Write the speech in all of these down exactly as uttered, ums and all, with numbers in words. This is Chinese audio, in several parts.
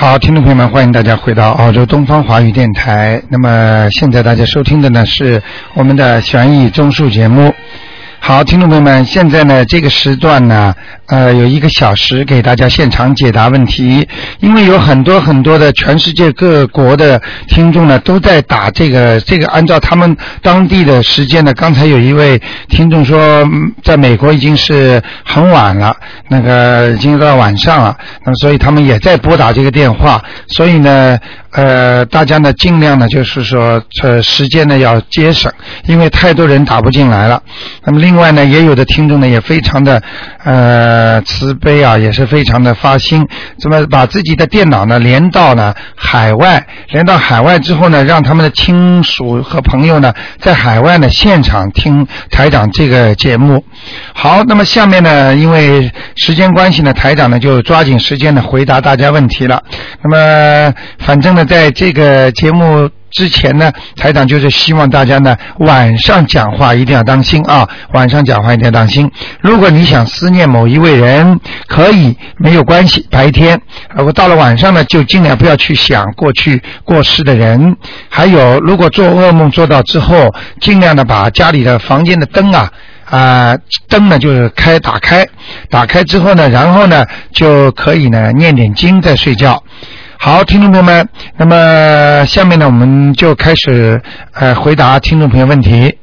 好，听众朋友们，欢迎大家回到澳洲东方华语电台。那么现在大家收听的呢是我们的悬疑综述节目。好，听众朋友们，现在呢这个时段呢，呃，有一个小时给大家现场解答问题，因为有很多很多的全世界各国的听众呢都在打这个这个，按照他们当地的时间呢，刚才有一位听众说，在美国已经是很晚了，那个已经到晚上了，那么所以他们也在拨打这个电话，所以呢。呃，大家呢尽量呢就是说，呃，时间呢要节省，因为太多人打不进来了。那么另外呢，也有的听众呢也非常的呃慈悲啊，也是非常的发心，怎么把自己的电脑呢连到呢海外，连到海外之后呢，让他们的亲属和朋友呢在海外呢现场听台长这个节目。好，那么下面呢，因为时间关系呢，台长呢就抓紧时间呢回答大家问题了。那么反正呢。在这个节目之前呢，台长就是希望大家呢晚上讲话一定要当心啊，晚上讲话一定要当心。如果你想思念某一位人，可以没有关系，白天如果到了晚上呢，就尽量不要去想过去过世的人。还有，如果做噩梦做到之后，尽量的把家里的房间的灯啊啊、呃，灯呢就是开打开，打开之后呢，然后呢就可以呢念点经再睡觉。好，听众朋友们，那么下面呢，我们就开始呃回答听众朋友问题。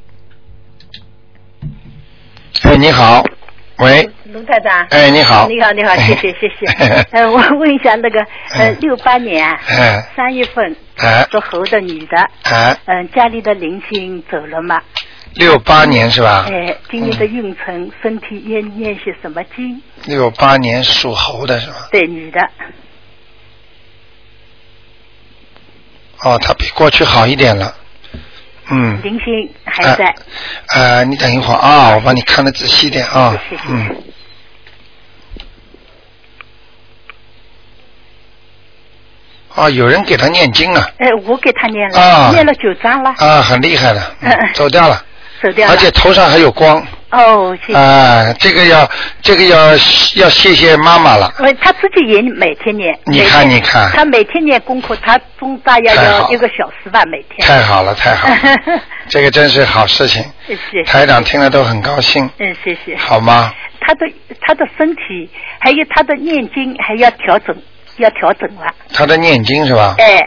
哎，你好，喂， 卢台长。 哎，你好， 你好，你好，谢谢，谢谢。呃，我问一下那个呃，六八年三月份属猴的女的，嗯、呃，家里的灵性走了吗？ 六八年是吧？ 哎，今年的运程，嗯、身体念念些什么经？ 六八年属猴的是吧？ 对，女的。 哦，他比过去好一点了，嗯。 灵性还在。 呃，呃你等一会儿啊，我帮你看得仔细一点啊。 谢谢。 嗯。哦，有人给他念经了。 哎，我给他念了， 啊、 念了九章了。 啊，很厉害的，嗯、走掉了。 走掉了。 而且头上还有光。 哦，谢谢。 啊，这个要这个要要谢谢妈妈了。 呃，他自己也每天念。 你看，你看。 他每天念功课，他中大要要一个小时吧，每天。 太好了，太好了，这个真是好事情。 谢谢。 台长听了都很高兴。 嗯，谢谢。 好吗？ 他的他的身体还有他的念经还要调整，要调整了。 他的念经是吧？ 哎。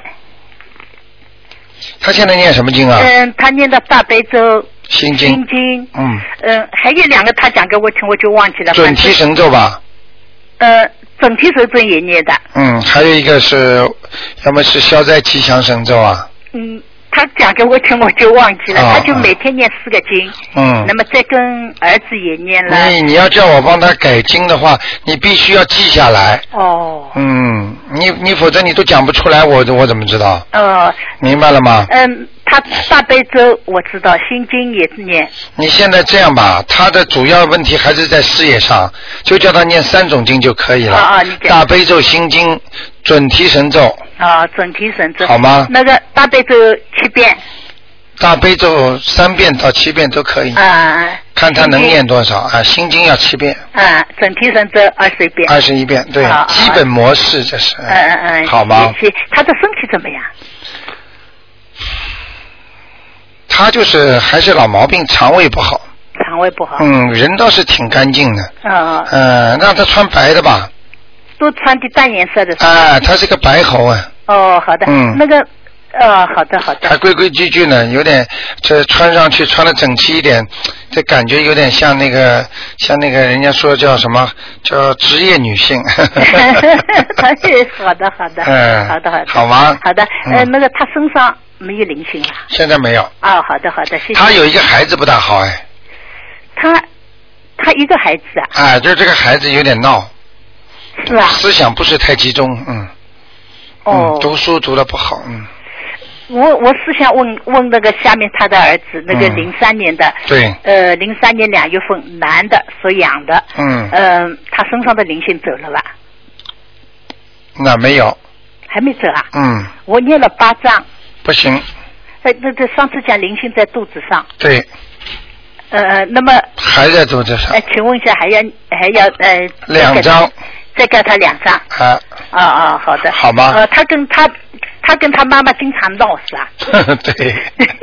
他现在念什么经啊？ 嗯，他念的大悲咒。 心经， 心经， 嗯， 嗯，还有两个他讲给我听，我就忘记了。 准提神咒吧？ 呃，准提神咒也念的。 嗯，还有一个是，要么是消灾吉祥神咒啊。 嗯，他讲给我听，我就忘记了。 哦、 他就每天念四个经。 嗯。 那么再跟儿子也念了。 你你要叫我帮他改经的话，你必须要记下来。 哦。 嗯，你你否则你都讲不出来，我我怎么知道？ 哦。 明白了吗？ 嗯。他大悲咒我知道，心经也是念。 你现在这样吧，他的主要问题还是在事业上，就叫他念三种经就可以了。 啊啊，你大悲咒、心经、准提神咒。 啊，准提神咒。 好吗？ 那个大悲咒七遍。 大悲咒三遍到七遍都可以。 啊。 看他能念多少啊？心经要七遍。 啊，准提神咒二十一遍。 二十一遍，对，啊、基本模式这是。 嗯嗯嗯。 好吗？ 谢谢。他的身体怎么样？ 他就是还是老毛病，肠胃不好。 肠胃不好。 嗯，人倒是挺干净的。 哦。 嗯，让他穿白的吧。 都穿的淡颜色的。 啊，他是个白猴啊。 哦，好的。 嗯。 那个，呃，好的好的。 还规规矩矩呢，有点这穿上去穿的整齐一点，这感觉有点像那个像那个人家说叫什么叫职业女性。 好的好的。 嗯。 好的好的。 好吗？ 好的，呃，那个他身上。没有灵性了。 现在没有。 哦，好的好的，谢谢。 他有一个孩子不大好哎。 他他一个孩子啊。 啊，就是这个孩子有点闹。 是啊。 思想不是太集中，嗯。 哦。 嗯、读书读得不好，嗯。 我我是想问问那个下面他的儿子，那个零三年的。 嗯、对。 呃，零三年两月份，男的，属羊的。 嗯。 嗯、呃，他身上的灵性走了吧？ 那没有。 还没走啊？ 嗯。 我念了八章。 不行。 呃，那这上次讲灵性在肚子上。 对。 呃，那么。 还在肚子上。 呃，请问一下，还要还要呃。 两张。 再给他两张。 啊。 啊啊，好的。 好吗？ 呃，他跟他他跟他妈妈经常闹是吧？ 对。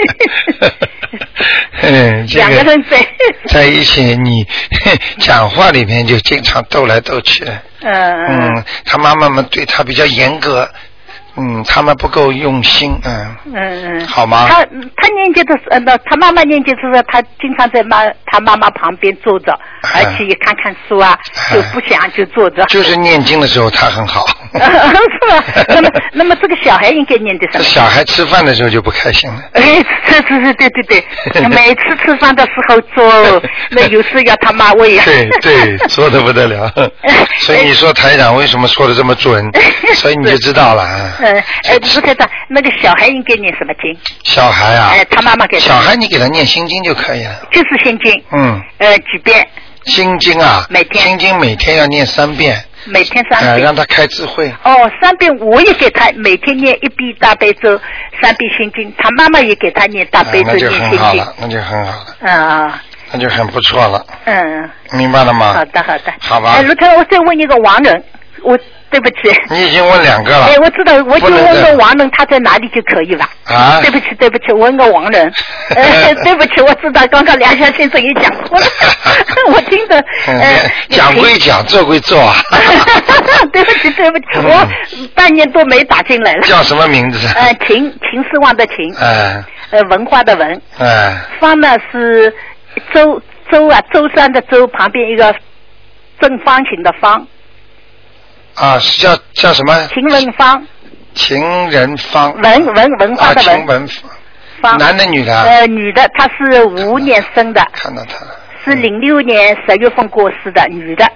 嗯， 两个人在在一起，你讲话里面就经常斗来斗去。 嗯嗯，他妈妈们对他比较严格。嗯，他们不够用心，嗯嗯嗯， 好吗？ 他他年纪的时候，那他妈妈年纪的时候，他经常在妈他妈妈旁边坐着，而且也看看书啊， 哎、 就不想就坐着。 就是念经的时候他很好。 是吧？那么那么这个小孩应该念的什么？ 小孩吃饭的时候就不开心了。 哎，是是是，对对对，每次吃饭的时候做，那有时要他妈喂啊。 对对，说的不得了。所以你说台长为什么说的这么准？所以你就知道了啊。 呃，哎，卢台长，那个小孩应该念什么经？ 小孩啊， 哎，他妈妈给他。 小孩你给他念心经就可以了。 就是心经。 嗯。 呃，几遍？ 心经啊， 每天。 心经每天要念三遍。 每天三遍。 呃，让他开智慧。 哦，三遍我也给他每天念一遍大悲咒，三遍心经。他妈妈也给他念大悲咒，念心经。 那就很好了，那就很好了。 嗯啊。 那就很不错了。 嗯。 明白了吗？ 好的，好的。 好吧。 哎，卢台，我再问一个亡人，我。对不起， 你已经问两个了。 哎，我知道，我就问个亡人他在哪里就可以了。 啊？ 对不起，对不起，问个亡人。呃，对不起，我知道，刚刚梁先生也讲过了，我听的。呃， 讲归讲，做归做啊。 对不起，对不起，我半年多没打进来了。 叫什么名字？ 呃，秦，秦始皇的秦。 哎。 呃，文化的文。 哎。 方呢是周周啊，舟山的舟旁边一个正方形的方。 啊，是叫叫什么？ 秦文芳。 情人芳。 文文文化的文。 啊，秦文芳。男的女的？ 呃，女的，她是五年生的。 看到她了。 是零六年十月份过世的，女的。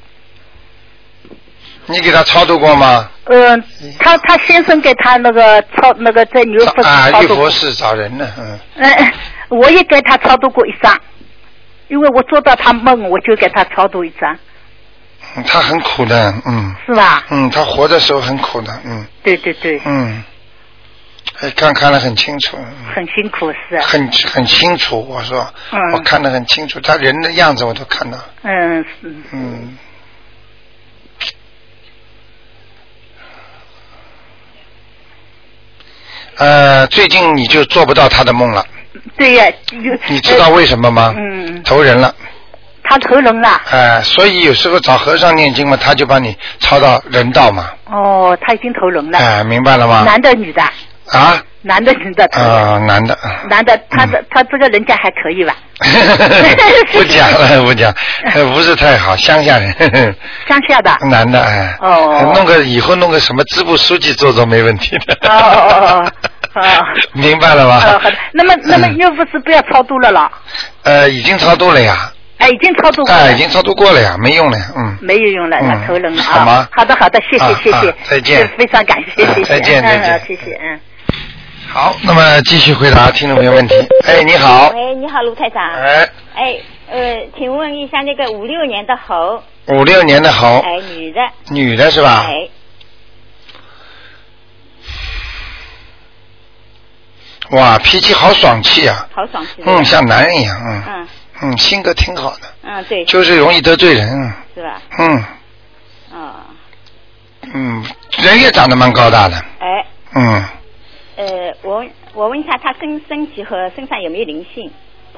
你给她超度过吗？ 嗯、呃，他他先生给他那个超那个在牛佛寺啊，玉佛寺找人呢，嗯。 嗯、呃，我也给他超度过一张，因为我做到他梦，我就给他超度一张。 他很苦的，嗯。 是吧？ 嗯，他活的时候很苦的，嗯。 对对对。 嗯。哎，看看得很清楚。 很辛苦是。 很很清楚，我说。嗯。我看得很清楚，他人的样子我都看到。 嗯是。 嗯。呃，最近你就做不到他的梦了。 对呀。 你知道为什么吗？ 嗯。 投人了。 他投人了。 哎、呃，所以有时候找和尚念经嘛，他就把你抄到人道嘛。 哦，他已经投人了。 哎、呃，明白了吗？ 男的女的？ 啊。 男的女的？ 啊、呃，男的。 男的，他的、嗯、他这个人家还可以吧？ 不讲了，不讲，不是太好，乡下人。 乡下的。 男的哎。 哦。 弄个以后弄个什么支部书记做做没问题的。 哦哦哦哦。啊。 明白了吗？ 哦，好的。那么，那么又不是不要超度了了？ 呃，已经超度了呀。 哎，已经超度过了。 哎，已经超度过了呀，没用了，嗯。 没有用了，那投人了啊。 好吗？ 好的，好的，谢谢，谢谢。 再见。 非常感谢，谢谢。 再见，再见。 谢谢，嗯。 好，那么继续回答听众朋友问题。哎，你好。 喂，你好，卢台长。 哎。 哎，呃，请问一下，那个五六年的猴。 五六年的猴。 哎，女的。 女的是吧？ 哎。 哇，脾气好爽气啊！ 好爽气。 嗯，像男人一样，嗯。 嗯。 嗯，性格挺好的。 嗯，对。 就是容易得罪人。 是吧？ 嗯。 哦。 嗯，人也长得蛮高大的。 哎。 嗯。 呃，我我问一下，他身身体和身上有没有灵性？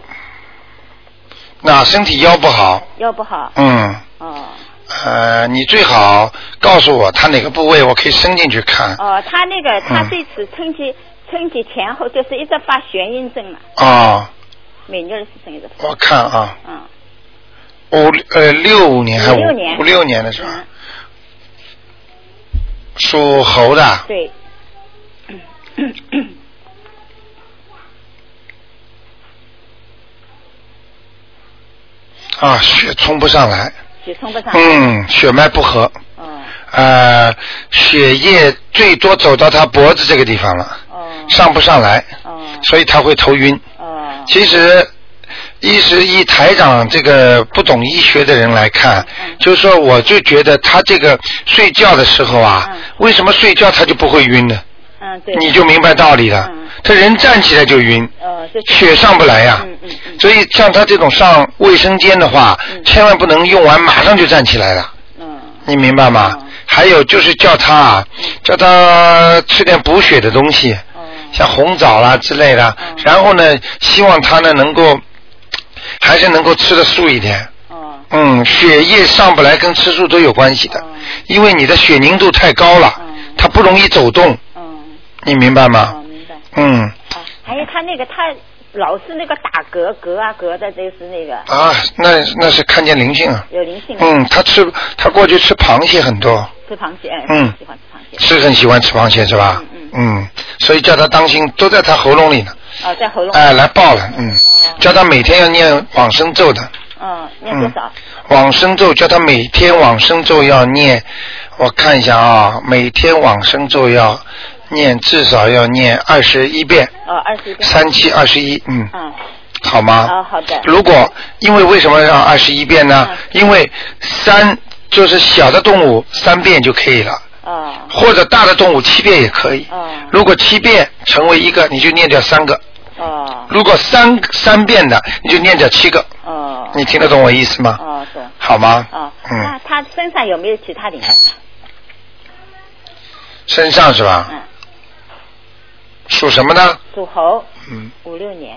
那身体腰不好。 腰不好。 嗯。 哦。 呃，你最好告诉我他哪个部位，我可以伸进去看。 哦，他那个他这次春节、嗯、春节前后就是一直发眩晕症嘛。 哦。 美妞的事情一直发。 我看啊。 嗯。 五呃六五年还是五六年？ 五六年的时候。 嗯、 属猴的。 对。 啊，血冲不上来。 血冲不上来。 嗯，血脉不和。 哦。 呃，血液最多走到他脖子这个地方了。 哦。 上不上来。 哦。 所以他会头晕。 哦。 其实，一是以台长这个不懂医学的人来看，嗯、就是说，我就觉得他这个睡觉的时候啊，嗯、为什么睡觉他就不会晕呢？ 嗯，对。 你就明白道理了。嗯、他人站起来就晕， 呃、 血上不来呀、啊。 嗯嗯嗯。 所以像他这种上卫生间的话，嗯、千万不能用完马上就站起来了。 嗯。 你明白吗？嗯、还有就是叫他啊，叫他吃点补血的东西，嗯、像红枣啦之类的。嗯、然后呢，希望他呢能够还是能够吃得素一点。嗯, 嗯，血液上不来跟吃素都有关系的，嗯、因为你的血凝度太高了，嗯、它不容易走动。嗯，你明白吗？ 哦，明白。 嗯。 啊，还有他那个他。老是那个打嗝嗝啊嗝的，就是那个啊，那那是看见灵性啊， 有灵性。 嗯，他吃他过去吃螃蟹很多， 吃螃蟹，哎， 嗯， 喜欢吃螃蟹， 是很喜欢吃螃蟹是吧？嗯 嗯, 嗯，所以叫他当心，都在他喉咙里呢。 哦，在喉咙。 哎，来爆了，嗯，哦、叫他每天要念往生咒的。 嗯，念多少？ 嗯、往生咒叫他每天往生咒要念，我看一下啊，每天往生咒要念至少要念二十一遍。 哦，二十一遍。 三七二十一，嗯。 嗯。 好吗？ 哦，好的。 如果因为为什么让二十一遍呢？嗯、因为三就是小的动物三遍就可以了。哦。或者大的动物七遍也可以。哦。如果七遍成为一个，你就念掉三个。哦。如果三三遍的，你就念掉七个。哦。你听得懂我意思吗？ 哦，懂。 好吗？ 哦。嗯。那他身上有没有其他灵性？ 身上是吧？嗯。属什么呢？ 属猴。 嗯。 五六年。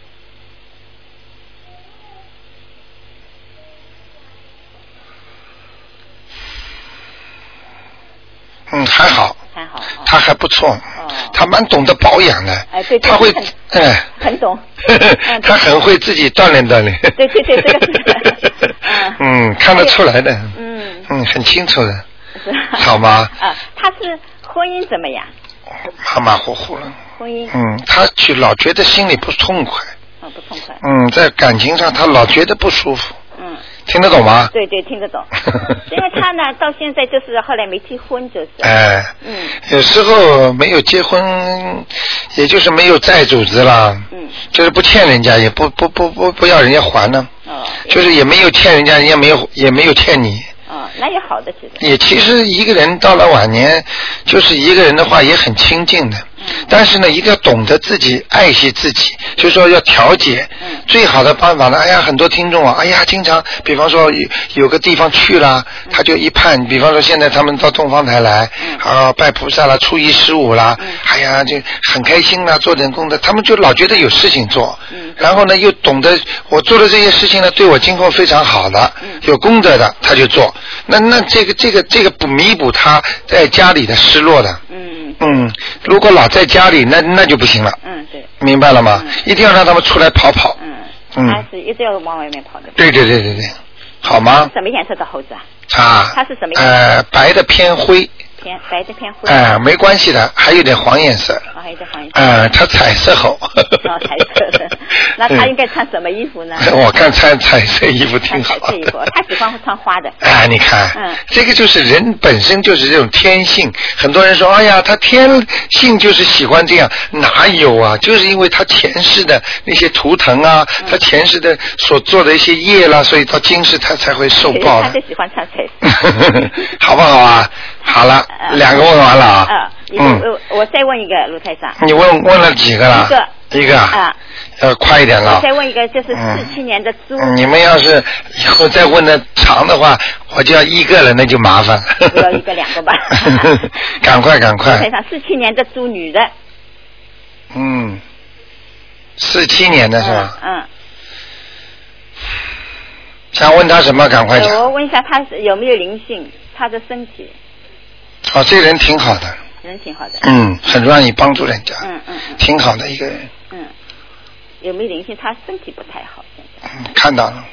嗯，还好， 还好，哦、 他还不错，哦、他蛮懂得保养的， 哎，对， 他会，哎， 很懂， 他很会自己锻炼锻炼， 对对对，这个是， 嗯，嗯，看得出来的，嗯，嗯，很清楚的， 是， 好吗？ 啊，他是婚姻怎么样？ 马马虎虎了， 婚姻， 嗯，他就老觉得心里不痛快， 啊，不痛快， 嗯，在感情上他老觉得不舒服， 嗯。 听得懂吗？ 对对，听得懂。因为他呢，到现在就是后来没结婚，就是。 哎。嗯。有时候没有结婚，也就是没有债主子了。嗯。就是不欠人家，也不不不不不要人家还呢。哦。就是也没有欠人家，人家没有也没有欠你。 哦，那也好的，其实。 也其实一个人到了晚年，就是一个人的话也很清静的。嗯。但是呢，一定要懂得自己爱惜自己，就是说要调节。嗯。最好的办法呢，哎呀，很多听众啊，哎呀，经常，比方说有有个地方去了，嗯、他就一盼，比方说现在他们到东方台来，嗯、啊，拜菩萨了，初一十五了，嗯、哎呀，就很开心啦，做点功德，他们就老觉得有事情做，嗯、然后呢，又懂得我做的这些事情呢，对我今后非常好的，嗯、有功德的，他就做。那那这个这个这个不弥补他在家里的失落的，嗯嗯，如果老在家里，那那就不行了，嗯对，明白了吗？嗯、一定要让他们出来跑跑，嗯嗯，他是一直要往外面跑的， 对对对对对，好吗？ 什么颜色的猴子啊？ 啊， 它是什么颜色？ 呃，白的偏灰。 偏白的偏灰。 哎、呃，没关系的，还有点黄颜色。 啊、哦，还有点黄颜色。 呃，它彩色猴。 哦，彩色的。那他应该穿什么衣服呢？ 我看穿彩色衣服挺好的。 彩色衣服，他喜欢穿花的。 哎、呃，你看，嗯，这个就是人本身就是这种天性。很多人说，哎呀，他天性就是喜欢这样，哪有啊？就是因为他前世的那些图腾啊，嗯、他前世的所做的一些业啦，所以到今世他才会受报的。 他就喜欢穿彩色。 好不好啊？好了，呃、两个问完了啊。 呃、嗯。我我再问一个，卢台长。 你问问了几个了？ 一个。 一个啊。要快一点了。 我再问一个，就是四七年的猪。 嗯、你们要是以后再问的长的话，我就要一个了，那就麻烦了。 不要一个两个吧。 赶快赶快。 卢台长，四七年的猪女的。 嗯。四七年的是吧？ 嗯。嗯想问他什么？赶快讲。 我问一下，他有没有灵性？他的身体。 哦，这人挺好的。 人挺好的。 嗯，很愿意帮助人家。 嗯嗯嗯。 挺好的一个人。 嗯。有没有灵性？他身体不太好，现在。 嗯，看到了。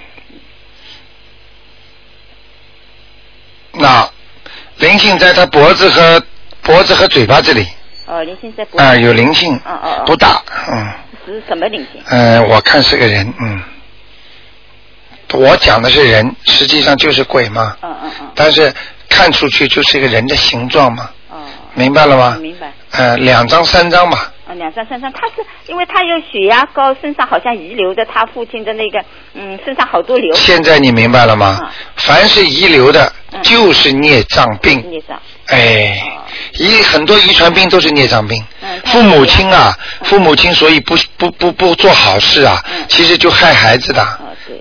那灵性在他脖子和脖子和嘴巴这里。 哦，灵性在脖子。 啊，有灵性。 哦哦哦。 不大，嗯。 是什么灵性？ 嗯、呃，我看是个人，嗯。我讲的是人，实际上就是鬼嘛。嗯嗯嗯。但是看出去就是一个人的形状嘛。哦。明白了吗？ 明白。 呃，两张三张吧。 啊，两张三张，他是因为他有血压高，身上好像遗留的他父亲的那个，嗯，身上好多瘤。 现在你明白了吗？嗯、凡是遗留的，就是孽障病。 嗯、孽障。 哎，遗、哦、很多遗传病都是孽障病。嗯。父母亲啊，嗯、父母亲所以不不不不做好事啊，嗯、其实就害孩子的。哦，对。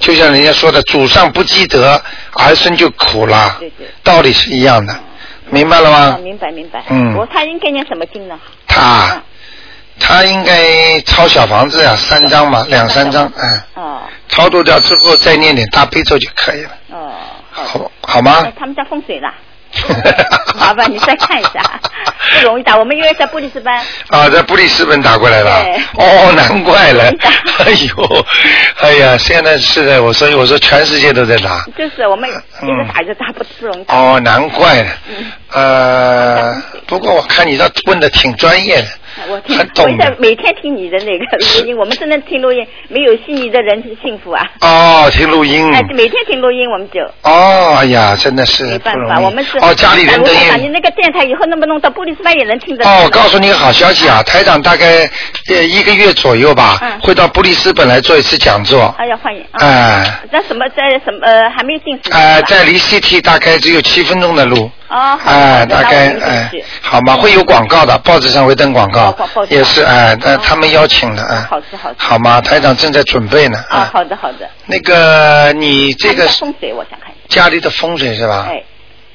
就像人家说的，祖上不积德，儿孙就苦了。 对对。 道理是一样的，明白了吗？ 哦，明白明白。 嗯。 我他应该念什么经呢？ 他。嗯他应该抄小房子呀、啊，三张嘛，两三张，嗯。哦。超度掉之后再念点大悲咒就可以了。哦。好，好吗？ 哎，他们家风水啦。麻烦你再看一下，不容易打。我们因为在布里斯班。 啊，在布里斯班打过来了。对。哦，难怪了。哎呦，哎呀，现在是的，我所以我说全世界都在打。 就是我们一个打一个打不不容易打。 哦，难怪了。嗯。呃，不过我看你这问的挺专业的。 我听，我现在每天听你的那个录音，我们真的听录音，没有悉尼的人是幸福啊。 哦，听录音。 哎，每天听录音，我们就。 哦，哎呀，真的是。 没办法，我们是。 哦，家里人都也。 你那个电台以后能不能到布里斯班也能听得？ 哦，告诉你个好消息啊，台长大概呃一个月左右吧，嗯、会到布里斯本来做一次讲座。 哎呀，欢迎。 哎、 嗯。在什么在什么呃还没定时。 哎、呃，在离 C T 大概只有七分钟的路。 哦，好。 哎、呃，大概哎、呃，好吗？会有广告的，报纸上会登广告，也是哎，呃，他们邀请的啊。 好吃好吃。 好吗？台长正在准备呢。 啊，好的好的。 那个你这个风水，我想看一下。 家里的风水是吧？ 哎。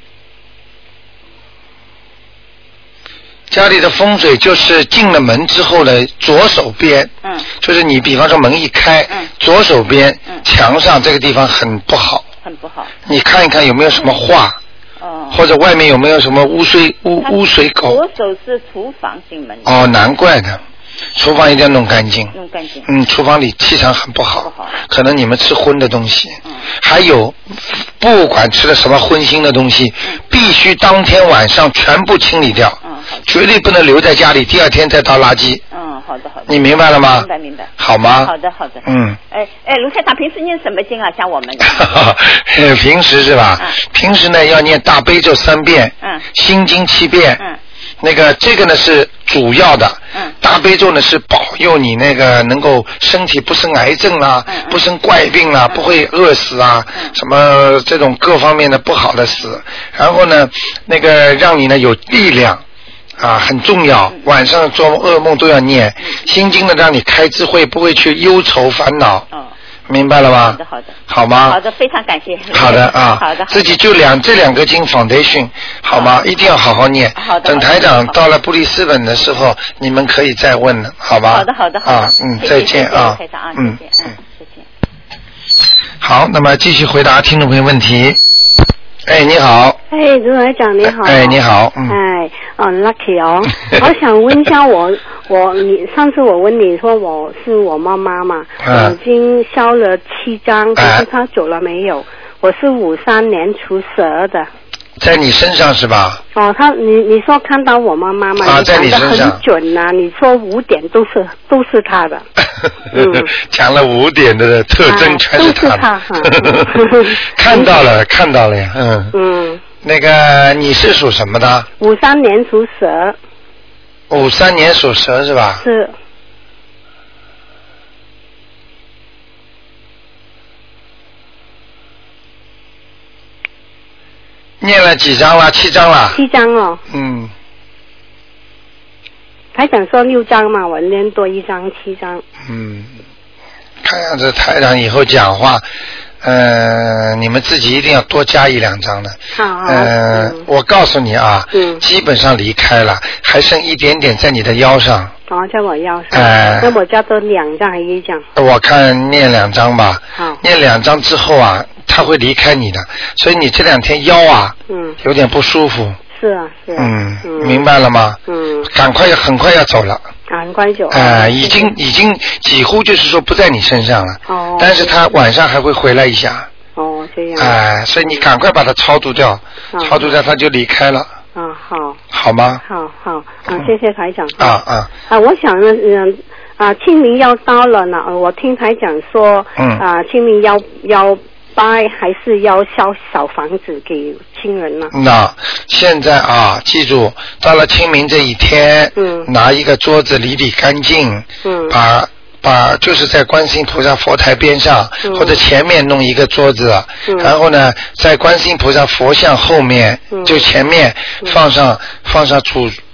家里的风水就是进了门之后的左手边， 嗯， 就是你比方说门一开， 嗯， 左手边， 嗯， 墙上这个地方很不好， 很不好。 你看一看有没有什么画，哦，或者外面有没有什么污水污污水口。 左手是厨房进门。 哦，难怪的。厨房一定要弄干净， 弄干净。 嗯，厨房里气场很不好， 不好， 可能你们吃荤的东西。 嗯。 还有，不管吃了什么荤腥的东西， 嗯、 必须当天晚上全部清理掉。 嗯，好的。 绝对不能留在家里，第二天再倒垃圾。 嗯，好的好的。 你明白了吗？ 明白明白。 好吗？ 好的好的。 嗯。 哎哎，卢台长平时念什么经啊？像我们。 平时是吧？ 嗯。 平时呢要念大悲咒三遍。 嗯。 心经七遍。 嗯。 那个这个呢是主要的， 嗯， 大悲咒呢是保佑你那个能够身体不生癌症啦， 嗯、 不生怪病啦， 嗯、 不会饿死啊， 嗯、 什么这种各方面的不好的死，然后呢，那个让你呢有力量啊，很重要， 嗯、 晚上做噩梦都要念， 嗯、 心经呢让你开智慧，不会去忧愁烦恼。 哦， 明白了吗？ 好的好的。 好吗？ 好的，非常感谢。 好的啊， 好的。 自己就两这两个经 foundation 好吗？一定要好好念。 好的。 等台长到了布里斯本的时候，你们可以再问了，好吧？ 好的好的好的。 啊，嗯，再见啊。 台长啊， 嗯嗯，再见。 好，那么继续回答听众朋友问题。哎，你好。 哎，卢台长你好。 哎，你好。嗯、 哎，哦 ，lucky 哦，我想问一下我我你上次我问你说我是我妈妈嘛， 嗯、 我已经烧了七张，可是她走了没有？我是五三年属蛇的。 在你身上是吧？ 哦，他你你说看到我妈妈嘛？ 啊，在你身上。 很准呐、啊！你说五点都是都是他的。 嗯，讲了五点的特征全是他的。 啊、都是他。 看到了，看到了呀，嗯。 嗯。 那个你是属什么的？ 五三年属蛇。 五三年属蛇是吧？ 是。 念了几张了？七张了。 七张哦。 嗯。 台长说六张嘛，我念多一张，七张。 嗯，看样子台长以后讲话，呃，你们自己一定要多加一两张的。 好。 呃，嗯、我告诉你啊， 嗯， 基本上离开了，还剩一点点在你的腰上。 哦，在我腰上。 哎、呃。 那我加多两张还是一张？ 我看念两张吧。 好。 念两张之后啊，他会离开你的，所以你这两天腰啊， 嗯， 有点不舒服。 是啊，是啊。 嗯， 嗯明白了吗？ 嗯。 赶快要，很快要走了。 赶快走。 哎、呃，已经已经几乎就是说不在你身上了。 哦。 但是他晚上还会回来一下。 哦，这样。 哎、呃，所以你赶快把它超度掉， 哦、 超度掉他就离开了。 啊、哦，好。 好吗？ 好好啊，谢谢台长。 啊啊。 啊，我想呢，嗯啊，清明要到了呢，我听台长说， 嗯啊，清明要要。拜还是要烧小房子给亲人呢？ 那现在啊，记住，到了清明这一天， 嗯， 拿一个桌子理理干净， 嗯， 把把就是在观世音菩萨佛台边上、 嗯、 或者前面弄一个桌子， 嗯、 然后呢，在观世音菩萨佛像后面、 嗯、 就前面放上、嗯、放上煮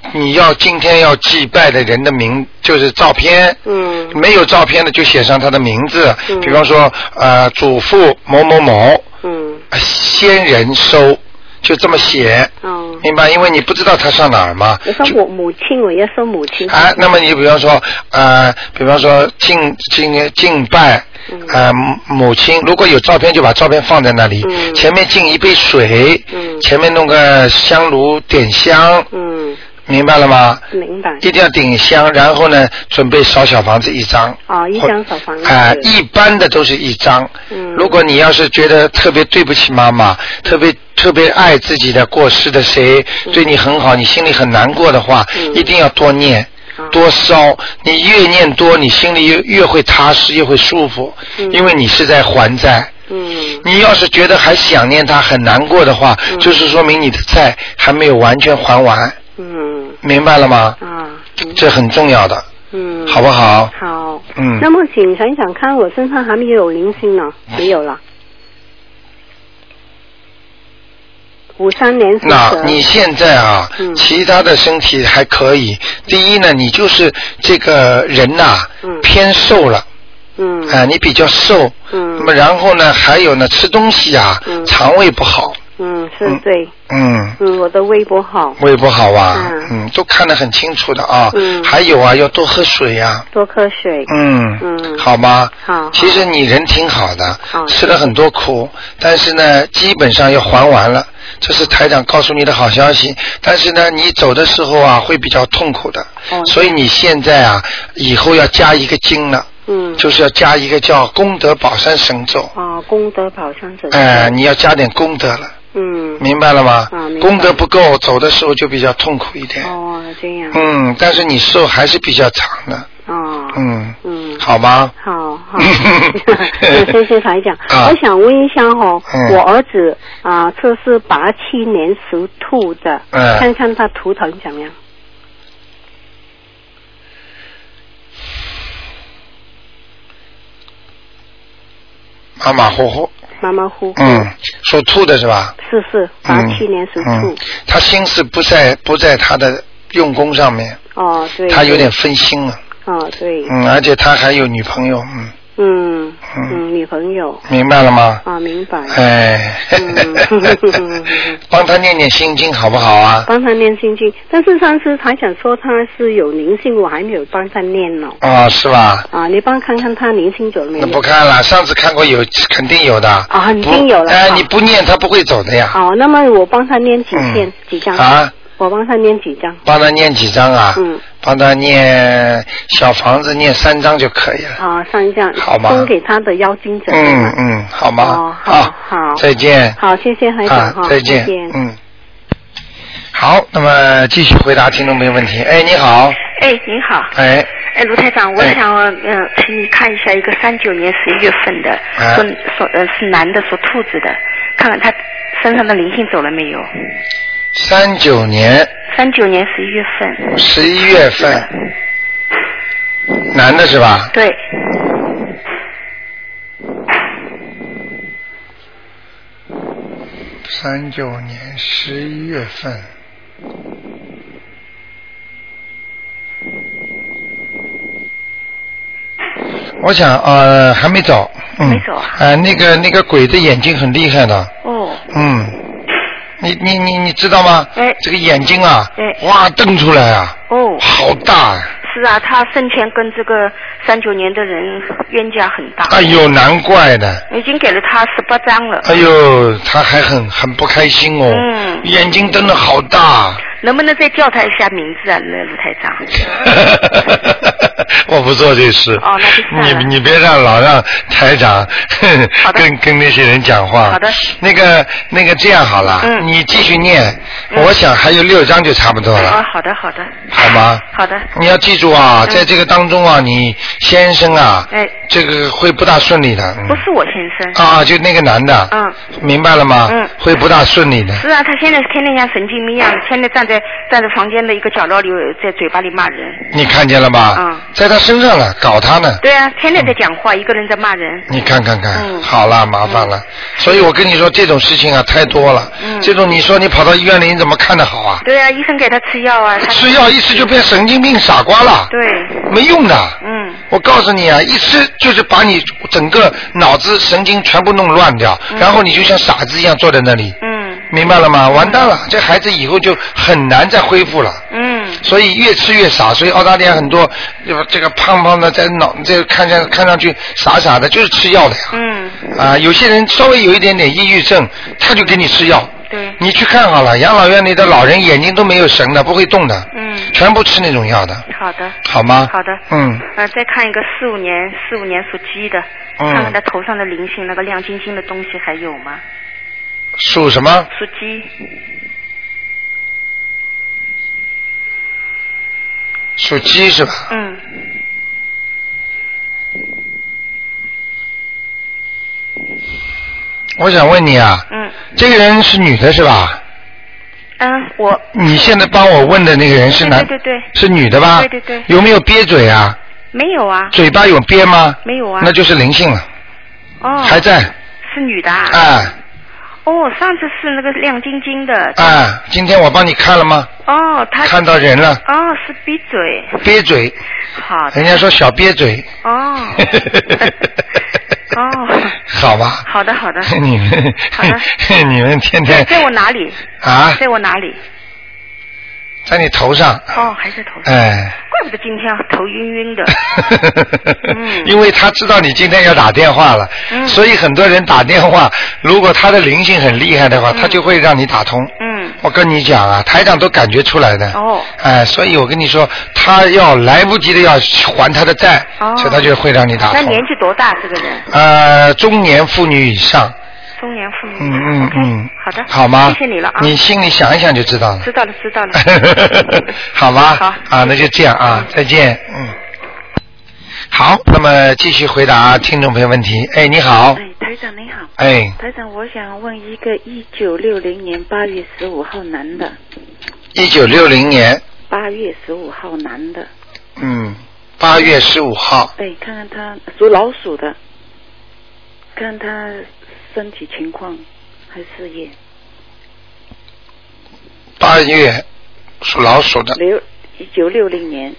你要今天要祭拜的人的名就是照片，嗯，没有照片的就写上他的名字，嗯，比方说呃祖父某某某，嗯，先人收。就这么写，哦，明白？因为你不知道他上哪儿嘛。 我说我母亲，我要说母亲。 啊，那么你比方说，呃，比方说敬敬敬拜，嗯、呃，母亲，如果有照片就把照片放在那里，嗯、前面敬一杯水，嗯、前面弄个香炉点香，嗯。明白了吗？ 明白。 一定要点香，然后呢，准备烧小房子一张。 哦，一张小房子。 啊、呃，一般的都是一张。嗯。如果你要是觉得特别对不起妈妈，特别特别爱自己的过世的谁，嗯、对你很好，你心里很难过的话，嗯、一定要多念。多烧，你越念多，你心里越越会踏实，越会舒服，嗯、因为你是在还债。嗯。你要是觉得还想念他，很难过的话，嗯、就是说明你的债还没有完全还完。嗯。明白了吗？啊。这很重要的。嗯。好不好？ 好。嗯。那么，请想想看，我身上还没有灵性呢，没有了。五三年属蛇。 那你现在啊，嗯、其他的身体还可以。第一呢，你就是这个人呐、啊，嗯、偏瘦了。嗯。啊、呃，你比较瘦。嗯。那么然后呢，还有呢，吃东西啊，嗯、肠胃不好。 嗯，是对。 嗯。 嗯，我的胃不好。 胃不好啊。嗯。嗯，都看得很清楚的啊。嗯。还有啊，要多喝水呀、啊。 多喝水。 嗯。嗯。好吗？好。其实你人挺好的。好。吃了很多苦，但是呢，基本上要还完了。这是台长告诉你的好消息，但是呢，你走的时候啊，会比较痛苦的。哦。所以你现在啊，以后要加一个经了。嗯。就是要加一个叫功德宝山神咒。 哦，功德宝山神咒。 哎、呃，你要加点功德了。嗯。明白了吗？啊，明白。功德不够，走的时候就比较痛苦一点。 哦，这样。 嗯，但是你寿还是比较长的。哦。嗯。嗯。好吗？ 好好。谢谢台长。啊、我想问一下哦，嗯、我儿子啊、呃，这是八七年属兔的，嗯、看看他图腾怎么样？ 马马虎虎。 马马虎虎。 嗯，属兔的是吧？ 是是，八七年属兔。嗯嗯、 他心思不在不在他的用功上面。 哦，对。 他有点分心了。 哦，对。 嗯，而且他还有女朋友，嗯。 嗯嗯，女朋友。 明白了吗？ 啊，明白。 哎。嗯、帮他念念心经好不好啊？ 帮他念心经，但是上次台长说他是有灵性，我还没有帮他念呢。 哦，是吧？ 啊，你帮看看他灵性走了没有？ 那不看了，上次看过有，肯定有的。 啊，肯定有了。 哎、呃，你不念他不会走的呀。 哦，那么我帮他念几篇、嗯、几张？ 啊？ 我帮他念几张？ 帮他念几张啊？嗯。帮他念小房子念三张就可以了。 啊，三张。 好吗？ 送给他的妖精者。 嗯嗯，好吗？ 哦，好，好。 再见。 好，谢谢台长哈。 再见。 再见。 嗯。好，那么继续回答听众朋友问题。哎，你好。 哎，您好。 哎。 哎，卢台长，我想呃，请你看一下一个三九年十一月份的， 啊、 说说呃是男的，属兔子的，看看他身上的灵性走了没有。 三九年。 三九年十一月份。 十一月份。男的是吧？ 对。 三九年十一月份。我想呃还没走。嗯、 没走啊。 呃那个那个鬼的眼睛很厉害的。 哦。 嗯。你你你你知道吗？ 哎， 这个眼睛啊， 哎， 哇，瞪出来啊， 哦， 好大啊！ 是啊，他生前跟这个三九年的人冤家很大。 哎呦，难怪的。 已经给了他十八张了。 哎呦，他还很很不开心哦。嗯。眼睛瞪得好大。 能不能再叫他一下名字啊，卢台长？ 我不做这事。 哦，那就算了。 你你别让老让台长跟跟那些人讲话。 好的。 那个那个这样好了，嗯、你继续念，嗯、我想还有六章就差不多了。 啊、哦，好的好的。 好吗？ 好的。 你要记住啊，嗯、在这个当中啊，你先生啊， 哎， 这个会不大顺利的。 嗯、不是我先生。 啊，就那个男的。嗯。明白了吗？ 嗯。 会不大顺利的。 是啊，他现在天天像神经病一样，天天站在站在房间的一个角落里，在嘴巴里骂人。 你看见了吧？ 嗯。 在他身上了，搞他呢。 对啊，天天在讲话，嗯、一个人在骂人。 你看看看， 嗯、 好了，麻烦了。嗯、所以我跟你说，这种事情啊太多了。嗯。这种你说你跑到医院里，你怎么看得好啊？ 对啊，医生给他吃药啊。 吃药一吃就变神经病傻瓜了。 对。 没用的。 嗯。 我告诉你啊，一吃就是把你整个脑子神经全部弄乱掉，嗯、然后你就像傻子一样坐在那里。嗯。明白了吗？完蛋了，这孩子以后就很难再恢复了。嗯。所以越吃越傻，所以澳大利亚很多这个胖胖的在脑这个看上看上去傻傻的，就是吃药的呀。嗯。啊，有些人稍微有一点点抑郁症，他就给你吃药。 对。 你去看好了，养老院里的老人眼睛都没有神的，不会动的。嗯。全部吃那种药的。 好的。 好吗？ 好的。 嗯。 呃，再看一个四五年四五年属鸡的，嗯、看看他头上的灵性，那个亮晶晶的东西还有吗？ 属什么？ 属鸡。 属鸡是吧？ 嗯。 我想问你啊， 嗯， 这个人是女的是吧？ 嗯，我。 你现在帮我问的那个人是男？ 对对对。 是女的吧？ 对对对。 有没有憋嘴啊？ 没有啊。 嘴巴有憋吗？ 没有啊。 那就是灵性了。 哦。 还在。 是女的啊。 啊。 哦，上次是那个亮晶晶的。 啊，今天我帮你看了吗？ 哦，他看到人了。 哦，是闭嘴。 憋嘴。 好的。 人家说小憋嘴。 哦。哦。 好吧。 好的，好的。 你们。 好的。 你们天天。 在我哪里？ 啊。 在我哪里？ 在你头上。 哦，还在头上。 哎。 怪不得今天头晕晕的。 嗯。因为他知道你今天要打电话了，嗯、所以很多人打电话，如果他的灵性很厉害的话，嗯、他就会让你打通。嗯。我跟你讲啊，台长都感觉出来的。哦。哎，所以我跟你说，他要来不及的要还他的债，哦、所以他就会让你打通。 那年纪多大这个人？ 呃，中年妇女以上。 中年妇女。 嗯嗯嗯。 好的。 好吗？ 谢谢你了啊。 你心里想一想就知道了。 知道了，知道了。 好吧。 好。 啊，那就这样啊，再见。嗯。好，那么继续回答听众朋友问题。哎，你好。 哎，台长你好。 哎。 台长，我想问一个一九六零年八月十五号男的。 一九六零年。 八月十五号男的。 嗯，八月十五号。 哎，看看他属老鼠的，看他身体情况还事业。 八月属老鼠的。 六一九六零年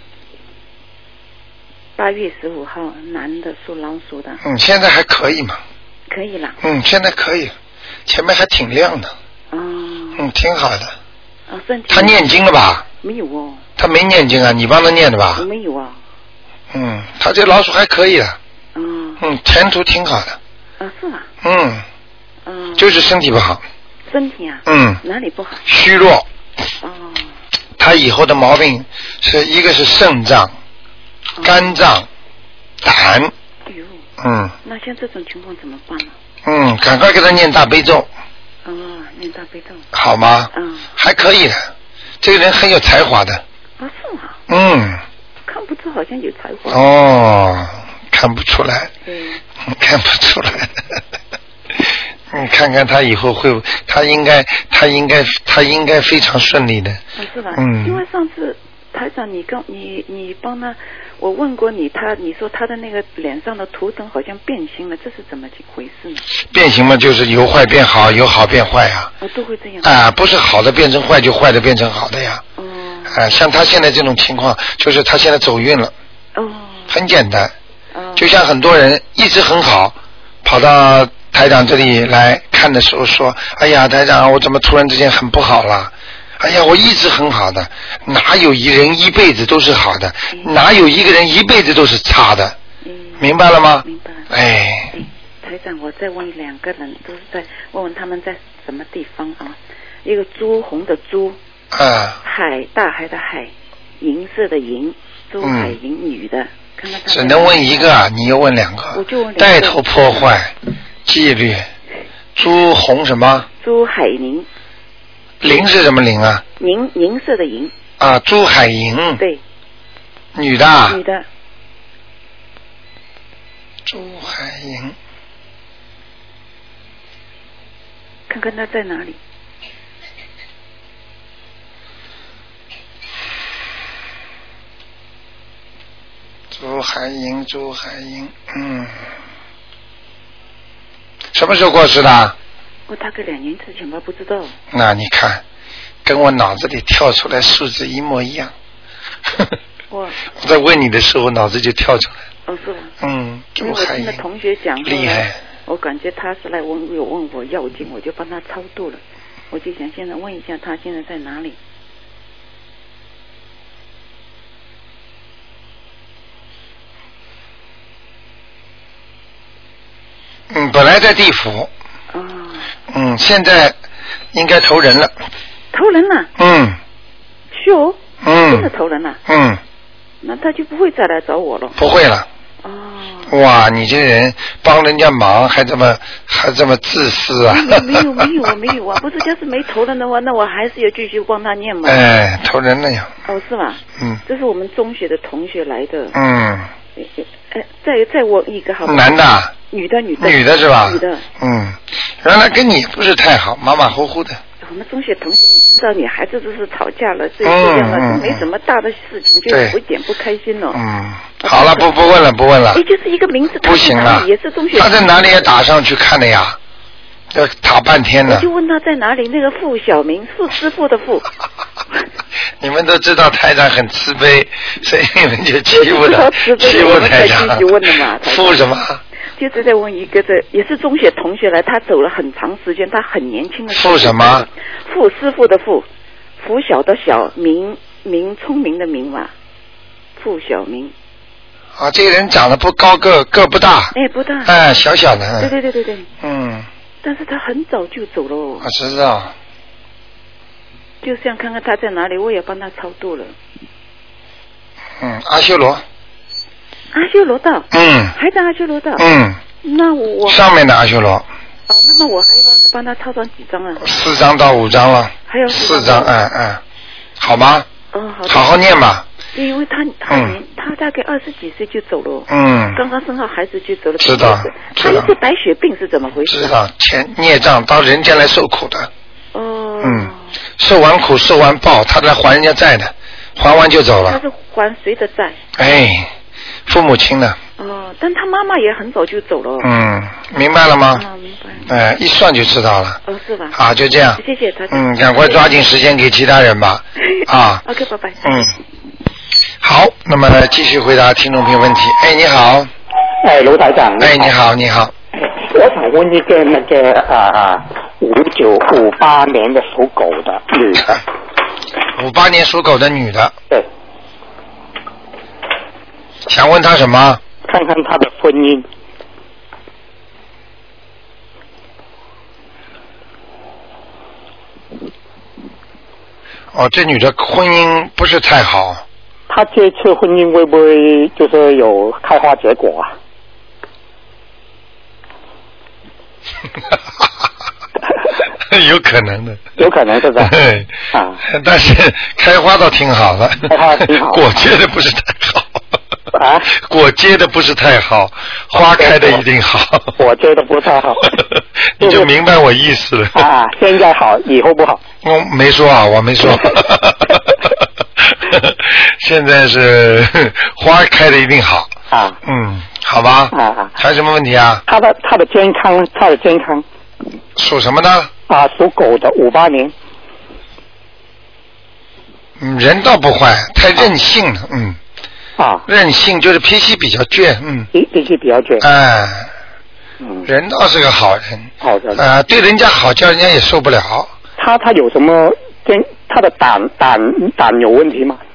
八月十五号，男的，属老鼠的。 嗯，现在还可以嘛？ 可以了。 嗯，现在可以，前面还挺亮的。 哦。 嗯，挺好的。 啊，身体。 他念经了吧？ 没有哦。 他没念经啊，你帮他念的吧？ 我没有啊。 嗯，他这老鼠还可以了。 嗯。 嗯，前途挺好的。 啊，是吗？ 嗯。 嗯。 就是身体不好。 身体啊？ 嗯。 哪里不好？ 虚弱。 哦。 他以后的毛病是一个是肾脏、哦、肝脏、胆。 哎呦。 嗯。 那像这种情况怎么办呢？ 嗯，赶快给他念大悲咒。 哦，念大悲咒。 好吗？ 嗯。 还可以的，这个人很有才华的。 啊，是吗？ 嗯。 看不出好像有才华。 哦，看不出来。 嗯。 看不出来。你看看他以后会，他应该，他应该，他应该非常顺利的。 啊，是吧？ 嗯。 因为上次台长你跟你你帮他，我问过你，他你说他的那个脸上的图腾好像变形了，这是怎么回事呢？ 变形嘛，就是由坏变好，由好变坏呀。 啊，都会这样。 啊，不是好的变成坏，就坏的变成好的呀。 哦。 啊，像他现在这种情况，就是他现在走运了。 哦。 很简单。 哦。 就像很多人一直很好，跑到台长这里来看的时候说：“哎呀，台长，我怎么突然之间很不好了？哎呀，我一直很好的，哪有一人一辈子都是好的？嗯、哪有一个人一辈子都是差的？ 嗯、 明白了吗？ 明白了。 哎， 哎，台长，我再问两个人，都是在问问他们在什么地方啊？一个朱红的朱， 啊， 海大海的海，银色的银，朱海银、嗯、女的。”看看只能问一个，你又问两个， 我就问两个带头破坏纪律。朱红什么？ 朱海银。 银是什么银啊？ 银银色的银。 啊，朱海银。 对。 女的啊。 女的。 朱海银。 看看她在哪里。 朱朱海英，朱海英，嗯，什么时候过世的？ 我大概两年之前吧，不知道。 那你看，跟我脑子里跳出来数字一模一样。我我在问你的时候，脑子就跳出来。 哦，是吧？ 嗯， 因为我听的同学讲， 厉害。 我感觉他是来问有问我要经，我就帮他超度了。我就想现在问一下他现在在哪里。 嗯，本来在地府。 哦。 嗯，现在应该投人了。 投人了？ 嗯。 哟。 嗯。 真的投人了？ 嗯。 那他就不会再来找我了。 不会了。 哦。 哇，你这人帮人家忙还这么还这么自私啊！ 没有没有啊没有啊，不是，要是没投人的话，那我还是要继续帮他念嘛。 哎，投人了呀。 哦，是吧？ 嗯。 这是我们中学的同学来的。 嗯。 哎，再再问一个好不好？ 男的。 女的女的。 女的是吧？ 女的。 嗯，原来跟你不是太好，马马虎虎的。 我们中学同学，你知道，女孩子都是吵架了，这这样了，都没什么大的事情，就有一点不开心了。 嗯，好了，不不问了，不问了。 哎，就是一个名字， 不行了， 也是中学。 他在哪里也打上去看了呀？要打半天呢。 我就问他在哪里，那个傅小明，傅师傅的傅。 你们都知道台长很慈悲，所以你们就欺负他，欺负台长。傅什么？ 就是在问一个，这也是中学同学来，他走了很长时间，他很年轻的时候。 傅什么？ 傅师傅的傅，拂晓的晓，明明聪明的明嘛，傅小明。 啊，这个人长得不高个，个不大。 哎，不大。 哎，小小的。 对对对对对。 嗯。 但是他很早就走了。 我知道。 就想看看他在哪里，我也帮他超度了。 嗯，阿修罗。 阿修罗道。 嗯。 还在阿修罗道。 嗯。 那我。 上面的阿修罗。 啊，那么我还要帮他抄上几张啊？ 四张到五张了。 还有四张，嗯嗯，好吗？ 嗯，好。 好好念吧。 因为他他年、嗯、他大概二十几岁就走了。 嗯。 刚刚生好孩子就走了。 知道。 他一个白血病是怎么回事？ 知道，前孽障到人间来受苦的。 哦。 嗯，受完苦受完报，他来还人家债的，还完就走了。 他是还谁的债？ 哎，父母亲的。 哦，但他妈妈也很早就走了。 嗯，明白了吗？ 哦，明白。 哎，一算就知道了。 哦，是吧？ 好，就这样。 谢谢他。 嗯，赶快抓紧时间给其他人吧。啊。 OK， 拜拜。 嗯。好，那么继续回答听众朋友问题。哎，你好。 哎，卢台长。 哎，你好，你好。 我想问一个那个啊，五九五八年的属狗的女的。 五八年属狗的女的。 对。 想问她什么？ 看看她的婚姻。 哦，这女的婚姻不是太好。 她这次婚姻会不会就是有开花结果啊？ 有可能的， 有可能是吧？ 对啊， 但是开花倒挺好的， 开花挺好， 果结的不是太好啊， 果结的不是太好，花开的一定好， 果结的不太好， 你就明白我意思了啊。现在好，以后不好。 我没说啊，我没说。现在是花开的一定好啊， 嗯，好吧啊啊， 还有什么问题啊？ 他的他的健康，他的健康属什么的？ 啊，属狗的，五八年。 嗯，人倒不坏，太任性了，啊、嗯。 啊。 任性就是脾气比较倔，嗯。 脾脾气比较倔。 哎。 嗯。 人倒是个好人。 好的。 啊、呃，对人家好，叫人家也受不了。 他他有什么跟他的胆胆胆有问题吗？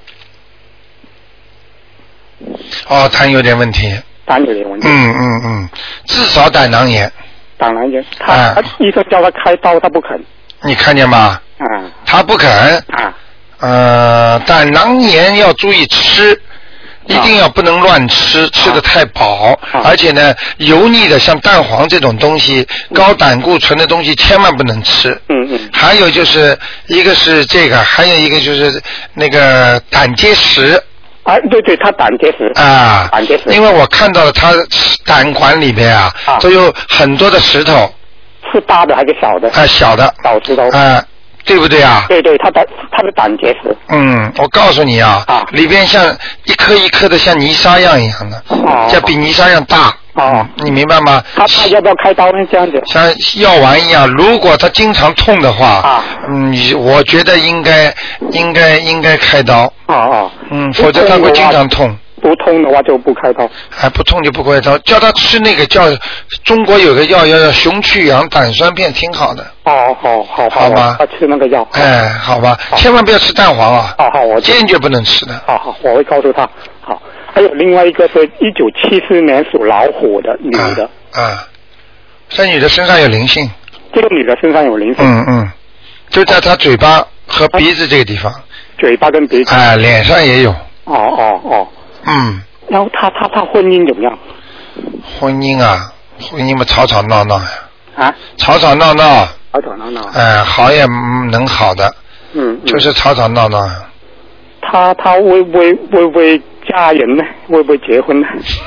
哦，胆有点问题。 胆有点问题。 嗯嗯嗯，至少胆囊炎。 胆囊炎，他、啊、医生叫他开刀，他不肯。 你看见吗？ 啊。 他不肯。 啊。 呃，胆囊炎要注意吃，一定要不能乱吃，啊、吃得太饱，啊、而且呢，油腻的像蛋黄这种东西，嗯、高胆固醇的东西千万不能吃。 嗯嗯。 还有就是一个是这个，还有一个就是那个胆结石。 啊，对对，他胆结石啊， 胆结石， 因为我看到了他胆管里面啊，啊都有很多的石头。 是大的还是小的？ 啊，小的。 小石头。 啊， 对不对啊？ 对对，他的他的胆结石。 嗯，我告诉你啊，啊里边像一颗一颗的像泥沙样一样的，哦，像比泥沙样大。哦，你明白吗？ 他他要不要开刀呢？这样子， 像药丸一样。如果他经常痛的话，啊，嗯，我觉得应该应该应该开刀。 哦哦， 嗯，否则他会经常痛。 不痛的话就不开刀。 哎，不痛就不开刀，叫他吃那个叫中国有个药叫叫熊去氧胆酸片，挺好的。 哦，好好好吧， 他吃那个药。 哎，好吧，千万不要吃蛋黄啊！ 好好，我坚决不能吃的。 好好，我会告诉他。好。还有另外一个是一九七四年属老虎的女的。 啊，啊这女的身上有灵性。 这个女的身上有灵性。 嗯嗯，就在她嘴巴和鼻子这个地方。啊、 嘴巴跟鼻子。 啊，脸上也有。 哦哦哦。 嗯。 然后她她她婚姻怎么样？ 婚姻啊，婚姻嘛吵吵闹闹呀。 啊。 吵吵闹闹。 吵吵闹闹。 哎、呃，好也能好的。嗯。嗯就是吵吵闹闹。 她她会不会会不会嫁人呢？会不会结婚呢？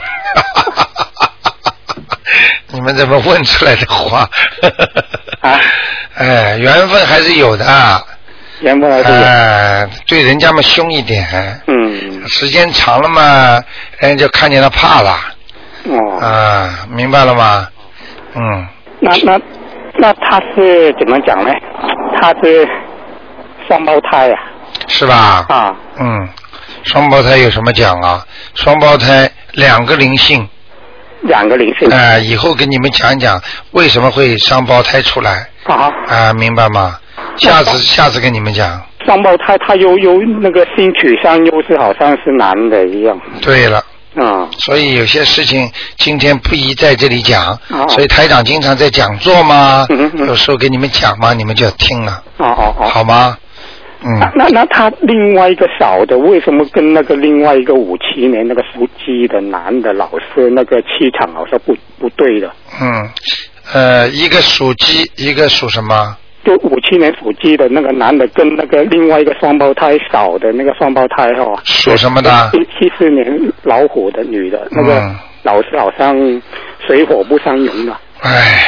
你们怎么问出来的话？ 啊， 哎，缘分还是有的。 缘分还是有。 哎，对人家嘛凶一点。 嗯。 时间长了嘛，人家就看见他怕了。 哦。 啊，明白了吗？嗯。 那那那他是怎么讲呢？他是双胞胎呀、啊。 是吧？ 啊。 嗯。双胞胎有什么讲啊？双胞胎两个灵性， 两个灵性。 哎、呃，以后给你们讲讲为什么会双胞胎出来。 啊。 啊、呃，明白吗？下次下次跟你们讲。 双胞胎他又又那个性取向又是好像是男的一样。 对了。 嗯。 所以有些事情今天不宜在这里讲， 哦、 所以台长经常在讲座嘛， 嗯嗯有时候给你们讲嘛，你们就听了。 哦哦哦。 好吗？嗯， 那那那他另外一个小的为什么跟那个另外一个五七年那个属鸡的男的老是那个气场好像不不对的？ 嗯，呃，一个属鸡，一个属什么？ 就五七年属鸡的那个男的跟那个另外一个双胞胎小的那个双胞胎哈、哦， 属什么的？ 七七四年老虎的女的，那个老是好像水火不相容的。 唉，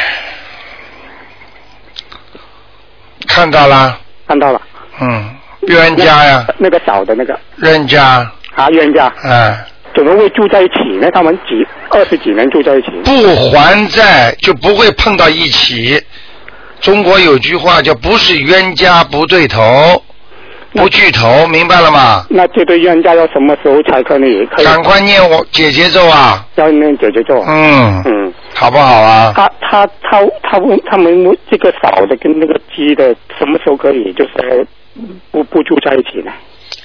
看到了。 看到了。 嗯，冤家呀。 那个小的那个。 冤家。 啊，冤家。 哎。 怎么会住在一起呢？他们几二十几年住在一起。 不还债就不会碰到一起。中国有句话叫不是冤家不对头，不聚头，明白了吗？ 那这对冤家要什么时候才可以？可以赶快念我解结咒啊！ 要念解结咒。 嗯嗯，好不好啊？ 他他他他问他们这个嫂的跟那个鸡的什么时候可以就是不不住在一起呢？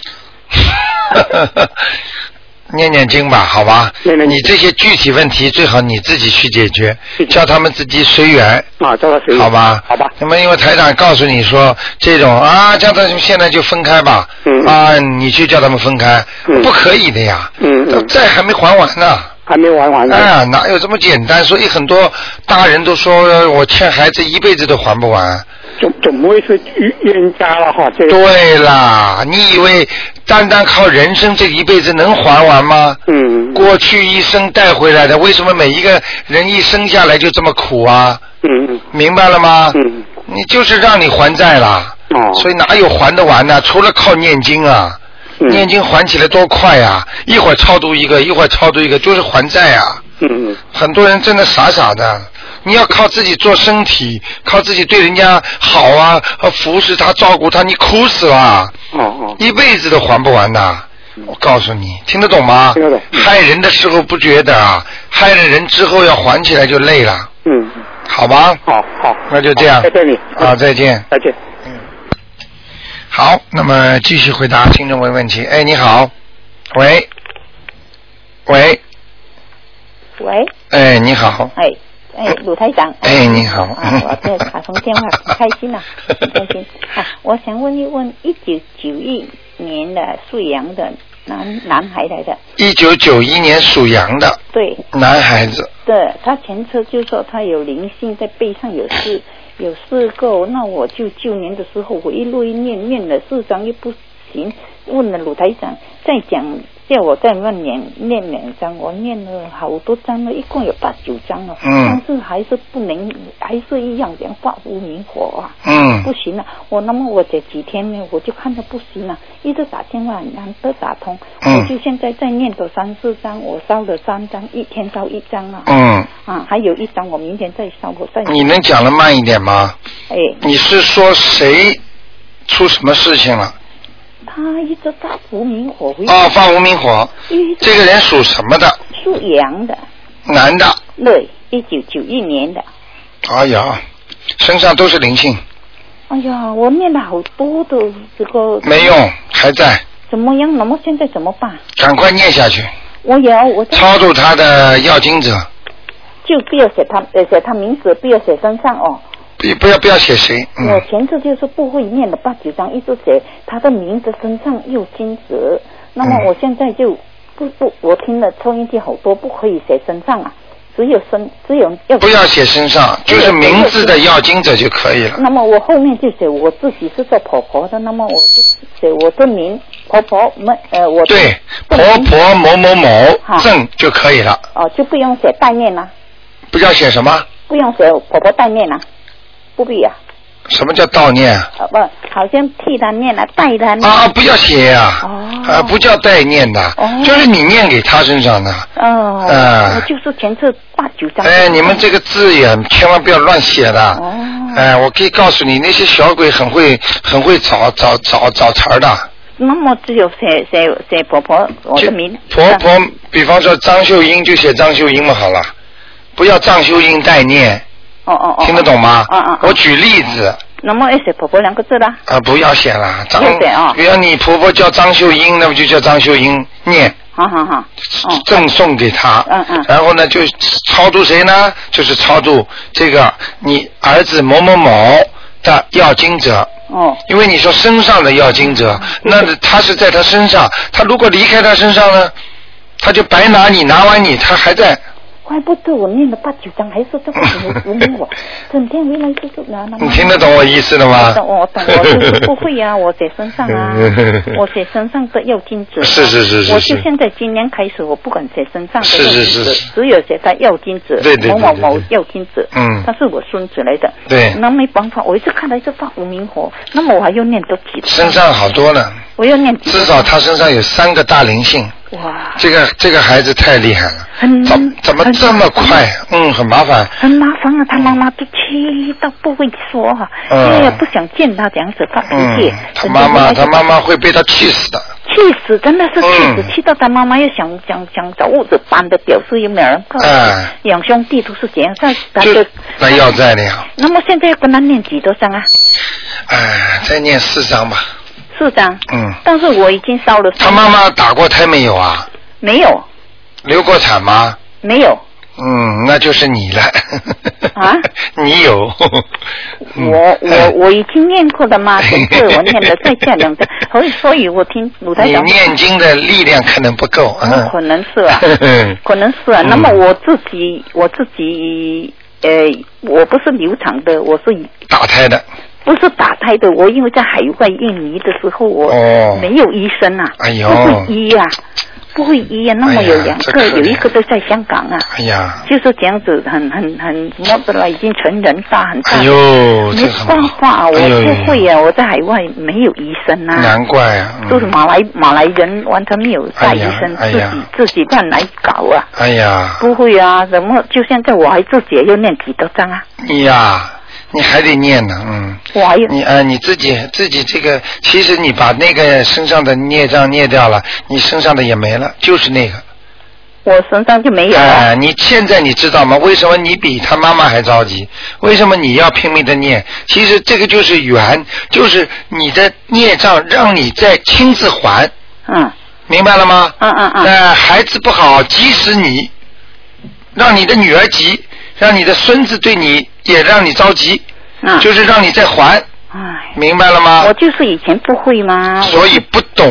念念经吧，好吧。 念念你这些具体问题最好你自己去解决，叫他们自己随缘。 啊，叫他随缘。 好吧， 好吧。 那么因为台长告诉你说这种啊，叫他现在就分开吧。嗯。啊，你去叫他们分开，嗯、不可以的呀。嗯嗯。债还没还完呢。 还没还完呢。 啊，哪有这么简单？所以很多大人都说我欠孩子一辈子都还不完。 总总不会是冤家了哈？这对啦，你以为单单靠人生这一辈子能还完吗？ 嗯。 过去一生带回来的，为什么每一个人一生下来就这么苦啊？ 嗯嗯。 明白了吗？ 嗯。 你就是让你还债啦。 哦。 所以哪有还得完呢？除了靠念经啊，嗯、念经还起来多快呀！一会儿超度一个，一会儿超度一个，就是还债啊。 嗯嗯。 很多人真的傻傻的。你要靠自己做身体，靠自己对人家好啊，服侍他，照顾他，你苦死了， 哦哦， 一辈子都还不完的。我告诉你，听得懂吗？ 听得懂。 害人的时候不觉得啊，害了人之后要还起来就累了。 嗯， 好吧。 好好， 那就这样。 谢谢你。 啊，再见。 再见。 嗯。好，那么继续回答听众问问题。哎，你好。喂。喂。 喂。 哎，你好。 哎。哎，鲁台长。 哎，你好。 啊，我这打通电话，很开心啊，很开心。啊，我想问一问，一九九一年的属羊的男男孩来的。 一九九一年属羊的。 对。男孩子。对，他前车就说他有灵性，在背上有四有四个，那我就九年的时候，我一路一念念了四张又不行，问了鲁台长，再讲叫我再念念念两张，我念了好多张了，一共有八九张了， 嗯， 但是还是不能，还是一样两发无名火啊， 嗯， 不行了。我那么我这几天呢，我就看着不行了，一直打电话难得打通，嗯，我就现在在念的三四张，我烧了三张，一天烧一张啊， 嗯， 啊，还有一张我明天再烧，我再。 你能讲得慢一点吗？ 哎， 你是说谁出什么事情了？ 他一直发无名火。 哦，发无名火。这个人属什么的？ 属羊的。 男的。 对，一九九一年的。 哎呀，身上都是灵性。 哎呀，我念了好多的这个。 没用，还在。 怎么样？那么现在怎么办？ 赶快念下去。 我有，我超度他的要经者。 就不要写他，呃，写他名字，不要写身上哦。 不不要不要写谁、嗯、 我前次就是不会念的八九章，一直写他的名字身上有金子，那么我现在就不不，我听了收音机好多不可以写身上啊，只有身只有要不要写身上，就是名字的要经者就可以了。 那么我后面就写我自己是做婆婆的，那么我就写我的名婆婆们呃我对婆婆某某某正就可以了。 哦，就不用写代念了。 不要写什么？ 不用写婆婆代念了。不必啊！ 什么叫悼念？ 呃不，好像替他念了，代他念啊！不要写呀、啊！ 哦， 啊，不叫代念的，哦、就是你念给他身上的。 哦，啊，我就是前次八九张。 哎，你们这个字也千万不要乱写的。哦。哎，我可以告诉你，那些小鬼很会很会找找找找词儿的。 那么只有写写写婆婆我的名。 婆婆，比方说张秀英就写张秀英嘛，好了，不要张秀英代念。 哦哦哦， 听得懂吗？ 啊啊！ 我举例子。 那么要写婆婆两个字啦？ 啊，不要写了，张。 不写啊。 比如你婆婆叫张秀英，那么就叫张秀英念。 好好好。 赠送给她。 嗯嗯。 然后呢，就超度谁呢？就是超度这个你儿子某某某的要经者。 哦。 因为你说身上的要经者，那他是在他身上，他如果离开他身上呢，他就白拿你，拿完你，他还在。 怪不得我念了八九章，还是这个无名火，整天回来就是拿那。 你听得懂我意思了吗？ 我懂，我懂，我就是不会啊，我写身上啊，我写身上的要金子。 是是是是。 我就现在今年开始，我不敢写身上的要金子， 是是是只有写他要金子， 对对对对某某某要金子， 嗯， 他是我孙子来的， 对。 那没办法，我一直看到一直发无名火，那么我还要念多几。 身上好多了。 我要念几。 至少他身上有三个大灵性。 哇， 这个这个孩子太厉害了， 很怎怎么这么快？嗯，很麻烦。 很麻烦啊！他妈妈都气到不会说哈、啊，嗯、因为不想见他这样子发脾气。 嗯、他妈妈，他妈妈会被他气死的。 气死，真的是气死，嗯、气到他妈妈又想想想找屋子搬的，表示有没有人告诉他？两兄弟都是这样，在他的那要在的呀。 那么现在要跟他念几多张啊？ 哎，再念四张吧。 四张。 嗯。 但是我已经烧了。 他妈妈打过胎没有啊？ 没有。 流过产吗？ 没有。 嗯，那就是你了。 啊？ 你有。 我我我已经念过了吗？这次我念了再加两张，所以所以我听鲁台长。 你念经的力量可能不够。 嗯，可能是啊，可能是啊。那么我自己我自己呃，我不是流产的，我是打胎的。 不是打胎的，我因为在海外印尼的时候，我没有医生啊， 哎呦， 不会医啊，不会医啊。那么有两个，有一个都在香港啊， 哎呀， 就是这样子，很很很什么的了，已经成人大很大， 哎呦， 没办法，我不会啊，我在海外没有医生啊， 难怪啊， 都是马来马来人，完全没有带医生，自己自己乱来搞啊， 哎呀， 不会啊，怎么就现在我还自己要念几多章啊？ 呀。你还得念呢，嗯。 我还有你啊、呃，你自己自己这个，其实你把那个身上的孽障孽掉了，你身上的也没了，就是那个。 我身上就没有。 哎、呃，你现在你知道吗？为什么你比他妈妈还着急？为什么你要拼命的念？其实这个就是缘，就是你的孽障让你再亲自还。 嗯。 明白了吗？ 嗯嗯嗯。 呃，孩子不好，即使你让你的女儿急。让你的孙子对你也让你着急， 嗯， 就是让你再还， 哎， 明白了吗？ 我就是以前不会嘛， 所以不懂，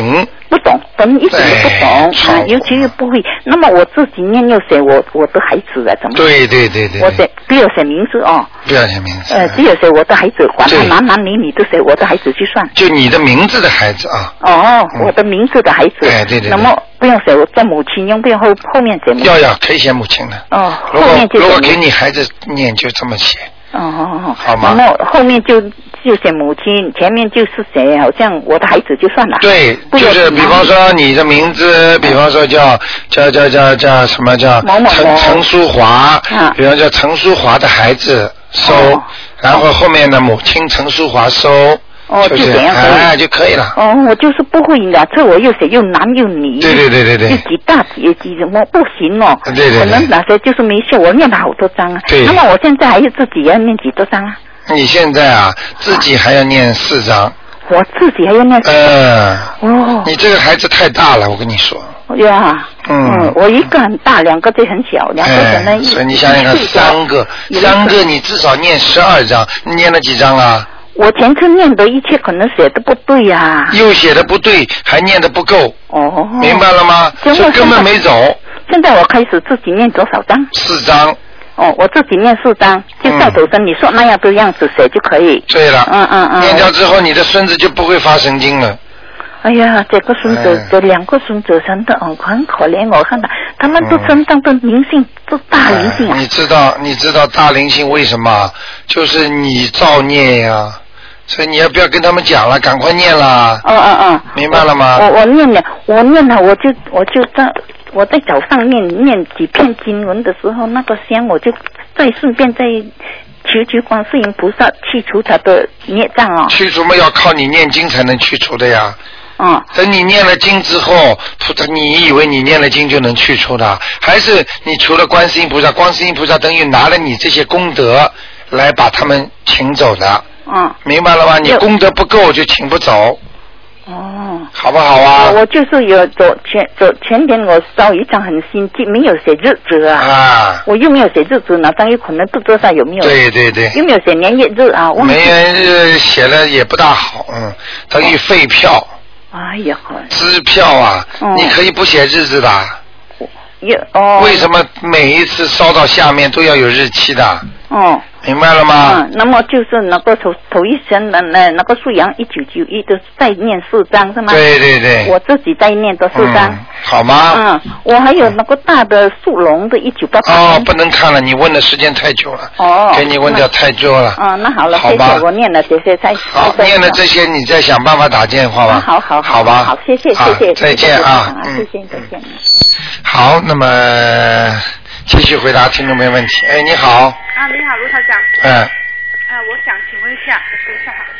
不懂，等一点也不懂啊，尤其又不会。那么我自己念又写我我的孩子啊，怎么？ 对对对对。 我写不要写名字哦。 不要写名字。 呃，只有写我的孩子，管他男男女女都写我的孩子去算。 就你的名字的孩子啊。 哦，嗯、我的名字的孩子。 对对 对, 对。 那么不用写我在母亲，用不用后后面写母亲？ 要要，可以写母亲的。 哦， 后面就如果给你孩子念，就这么写。 哦哦哦。 好吗？ 那么后面就。就写母亲，前面就是写好像我的孩子就算了。 对，就是比方说你的名字，比方说叫叫叫叫叫什么叫陈陈淑华，啊、比方叫陈淑华的孩子收，哦、然后后面的母亲陈淑华收。 哦，就这样可以， 哎就可以了。 哦，我就是不会的，这我又写又男又女。 对对对对对。 就几大几几什么不行哦。 对对对。 可能那些就是没事，我念了好多章啊。 对。 那么我现在还有自己要念几多章啊？ 你现在啊，自己还要念四章。 我自己还要念四章。 嗯。 哦。 你这个孩子太大了，我跟你说。 呀。嗯。嗯，我一个很大，两个就很小，两个可能。 所以你想想看，三个，三个你至少念十二章，你念了几章啊？ 我前次念的一切可能写的不对呀、啊。 又写的不对，还念的不够。 哦。 明白了吗？这根本没走。 现在我开始自己念多少章？ 四章。 哦，我自己念四章，就照走神、嗯、你说那样的样子写就可以。 对了。 嗯嗯嗯。 念掉之后，你的孙子就不会发神经了。 哎呀，这个孙子，这、嗯、两个孙子真的哦，很可怜。我看到他们都身上的灵性、嗯、都大灵性啊、 嗯。你知道，你知道大灵性为什么？就是你造孽呀。所以你要不要跟他们讲了？赶快念了。 嗯嗯嗯。 明白了吗？ 我我念了，我念了，我就我就在我在早上念念几篇经文的时候，那个香我就再顺便再求求观世音菩萨去除他的孽障哦。 去除嘛，要靠你念经才能去除的呀。 嗯。 等你念了经之后，菩萨，你以为你念了经就能去除的？还是你除了观世音菩萨，观世音菩萨等于拿了你这些功德来把他们请走的。 嗯， 明白了吗？你功德不够就请不走。 哦， 好不好啊？ 我就是有昨前昨前天我烧一张很心急，没有写日子啊。 啊。我又没有写日子呢，但有可能不知道有没有。 对对对。 有没有写年月日啊？ 年月日写了也不大好，嗯，等于废票。 哦、哎呀， 支票啊、哦，你可以不写日子的。 有哦。 为什么每一次烧到下面都要有日期的？ 哦。 明白了吗？ 嗯，那么就是那个头头一生的那那个素阳一九九一都再念四章是吗？ 对对对。 我自己再念的四章、 嗯。好吗？ 嗯，我还有那个大的速龙的一九八八。 哦，不能看了，你问的时间太久了。 哦。 给你问掉太久了。 嗯，那好了， 好吧， 谢谢，我念了这些才。 好，念了这些，你再想办法打电话吧。 嗯、好好好。 好吧。 好，谢谢谢谢。 再见啊。 嗯。谢谢再见。 好，那么继续回答听众没问题。哎，你好。 啊，你好，卢台长。 嗯。 啊，我想请问一下，等一下哈。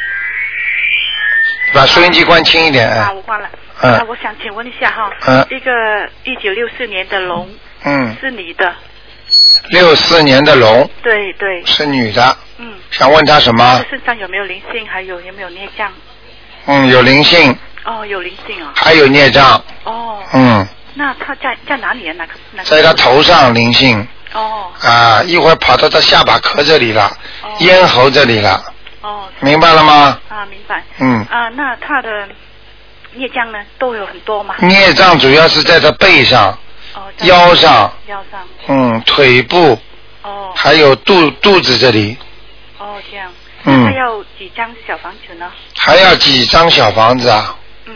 把收音机关轻一点。 啊，我关了。 嗯。 啊，我想请问一下哈。 嗯。 一个一九六四年的龙。 嗯。 是你的。 六四年的龙。 对对。 是女的。 嗯。 想问她什么？ 身上有没有灵性？还有有没有孽障？ 嗯，有灵性。 哦，有灵性啊。 还有孽障。 哦。 嗯。 那他在在哪里啊？哪个？哪个在他头上灵性。 哦。 啊，一会儿跑到他下巴壳这里了，哦、咽喉这里了。 哦。 明白了吗？ 啊，明白。 嗯。 啊，那他的孽障呢，都有很多吗？ 孽障主要是在他背上、 哦、 腰上、 腰上。 嗯，腿部。 哦。 还有肚肚子这里。 哦，这样。 嗯。 那他要几张小房子呢？ 还要几张小房子啊？ 嗯。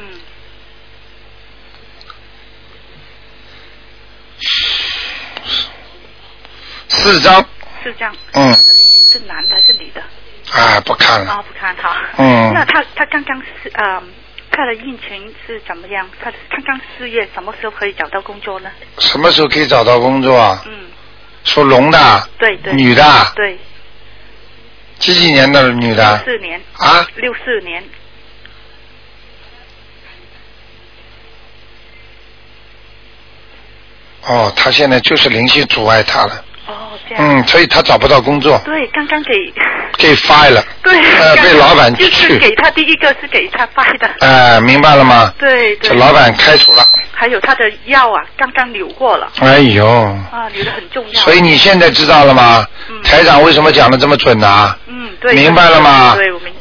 四张。 四张。 嗯。 是男的还是女的？ 啊，不看了。 啊，不看好。 嗯。 那他他刚刚是呃，他的运程是怎么样？他刚刚失业，什么时候可以找到工作呢？ 什么时候可以找到工作啊？ 嗯。 属龙的。 对对。 女的。 对。 几几年的女的？ 六四年。 啊。 六四年。 哦，他现在就是灵性阻碍他了。 哦，这样。 嗯，所以他找不到工作。 对，刚刚给。 给 fire 了。 对。 呃，被老板去。就是给他第一个是给他 fire 的。 哎、呃，明白了吗？ 对对。 这老板开除了。 还有他的腰啊，刚刚扭过了。 哎呦。 啊，扭得很重要。 所以你现在知道了吗？嗯。台长为什么讲的这么准呢、啊？ 嗯，对。 明白了吗？ 对，我明白。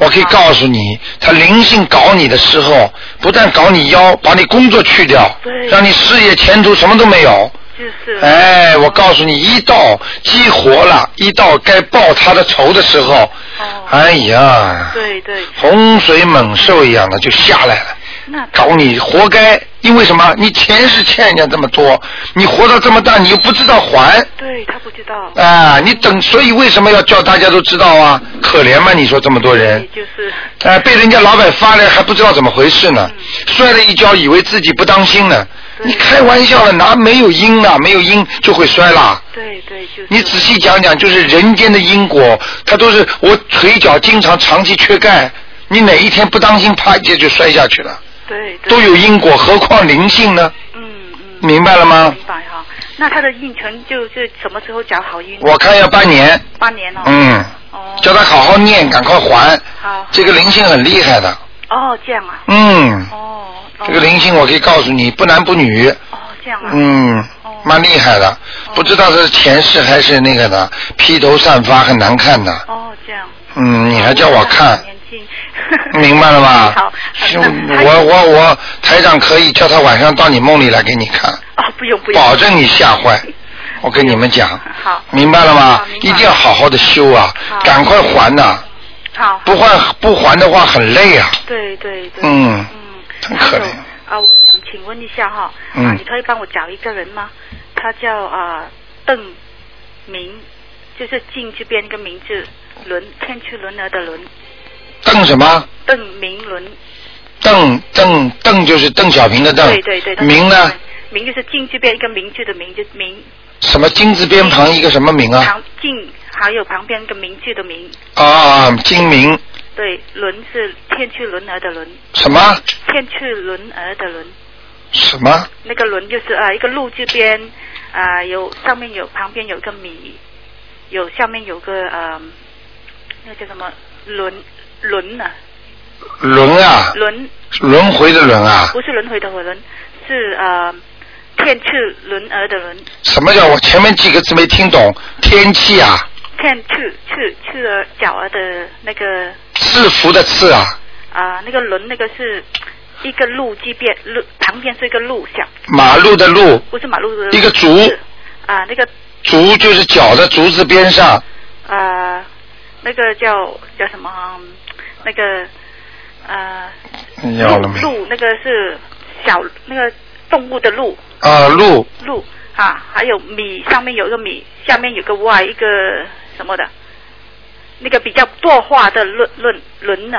我可以告诉你，他灵性搞你的时候，不但搞你腰，把你工作去掉，让你事业前途什么都没有。 就是。 哎，我告诉你，一到激活了，一到该报他的仇的时候， 哦、 哎呀， 对对， 洪水猛兽一样的就下来了。搞你活该，因为什么？你钱是欠人家这么多，你活到这么大，你又不知道还。 对他不知道。 啊，你等，所以为什么要叫大家都知道啊？可怜吗？你说这么多人。 就是。 哎、呃，被人家老板发来还不知道怎么回事呢，嗯、摔了一跤，以为自己不当心呢。你开玩笑了，哪没有因啊？没有因就会摔啦。 对对，就是。 你仔细讲讲，就是人间的因果，它都是我腿脚经常长期缺钙，你哪一天不当心，啪一下就摔下去了。 对， 都有因果，何况灵性呢？ 嗯嗯， 明白了吗？ 明白哈。那他的运程就是什么时候讲好运？ 我看要半年。 半年哦。 嗯。哦。叫他好好念，赶快还。 好。 这个灵性很厉害的。 哦，这样啊。 嗯。 哦。 这个灵性我可以告诉你，不男不女。 哦，这样啊。 嗯。哦。蛮厉害的，不知道是前世还是那个的，披头散发，很难看的。 哦，这样。 嗯，你还叫我看。明白了吧？ 好， 我我我台长可以叫他晚上到你梦里来给你看。 哦，不用不用。 保证你吓坏，我跟你们讲。 好。 明白了吗？一定要好好的修啊，赶快还呐、啊。 好。 不还不还的话很累啊。 对对对。 嗯。嗯。很可怜。 啊，我想请问一下哈， 嗯、 啊，你可以帮我找一个人吗？他叫啊邓明，就是进这边一个名字轮天去轮儿的轮。 邓什么？ 邓明伦。 邓邓邓就是邓小平的邓。 对对对。 明呢？ 明就是金字边一个名字的名，就明。 什么金字边旁一个什么名啊？ 旁金还有旁边一个名字的名。 啊，金明。 对，轮是天去轮儿的轮。 什么？ 天去轮儿的轮。 什么？ 那个轮就是啊，一个路这边啊，有上面有旁边有个米，有下面有个呃，那叫什么轮？轮啊， 轮啊， 轮轮回的轮啊， 不是轮回的轮，是呃天气轮儿的轮。 什么叫我前面几个字没听懂？天气啊？ 天气去去了脚儿的那个。 赐福的赐啊。 啊、呃，那个轮那个是一个路这边路旁边是一个路小。 马路的路。 不是马路的路。 一个竹。 啊、呃，那个。 竹就是脚的竹字边上。 啊、呃，那个叫叫什么？那个呃，鹿那个是小那个动物的鹿啊，鹿鹿啊，还有米上面有一个米，下面有个 Y 一个什么的，那个比较多话的轮轮轮呢？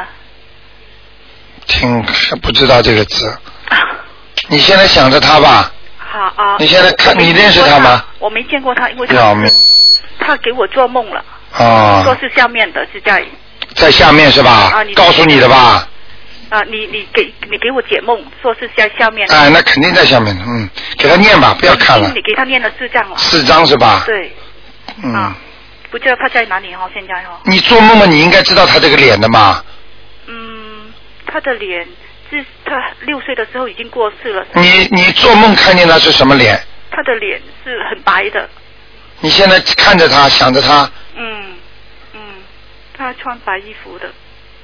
听不知道这个字，啊、你现在想着他吧？ 好啊。 你现在看你认识他吗？ 我没见过他，因为他要命， 他给我做梦了啊， 说是下面的是在。 在下面是吧？ 啊，你告诉你的吧。 啊，你你给你给我解梦，说是在下面。 哎，那肯定在下面的，嗯，给他念吧，不要看了。 你给他念了四张了。 四张是吧？ 对。嗯。啊，不知道他在哪里哈，现在哈。 你做梦嘛，你应该知道他这个脸的嘛。 嗯，他的脸是他六岁的时候已经过世了。 你你做梦看见他是什么脸？ 他的脸是很白的。 你现在看着他，想着他。 嗯。他穿白衣服的。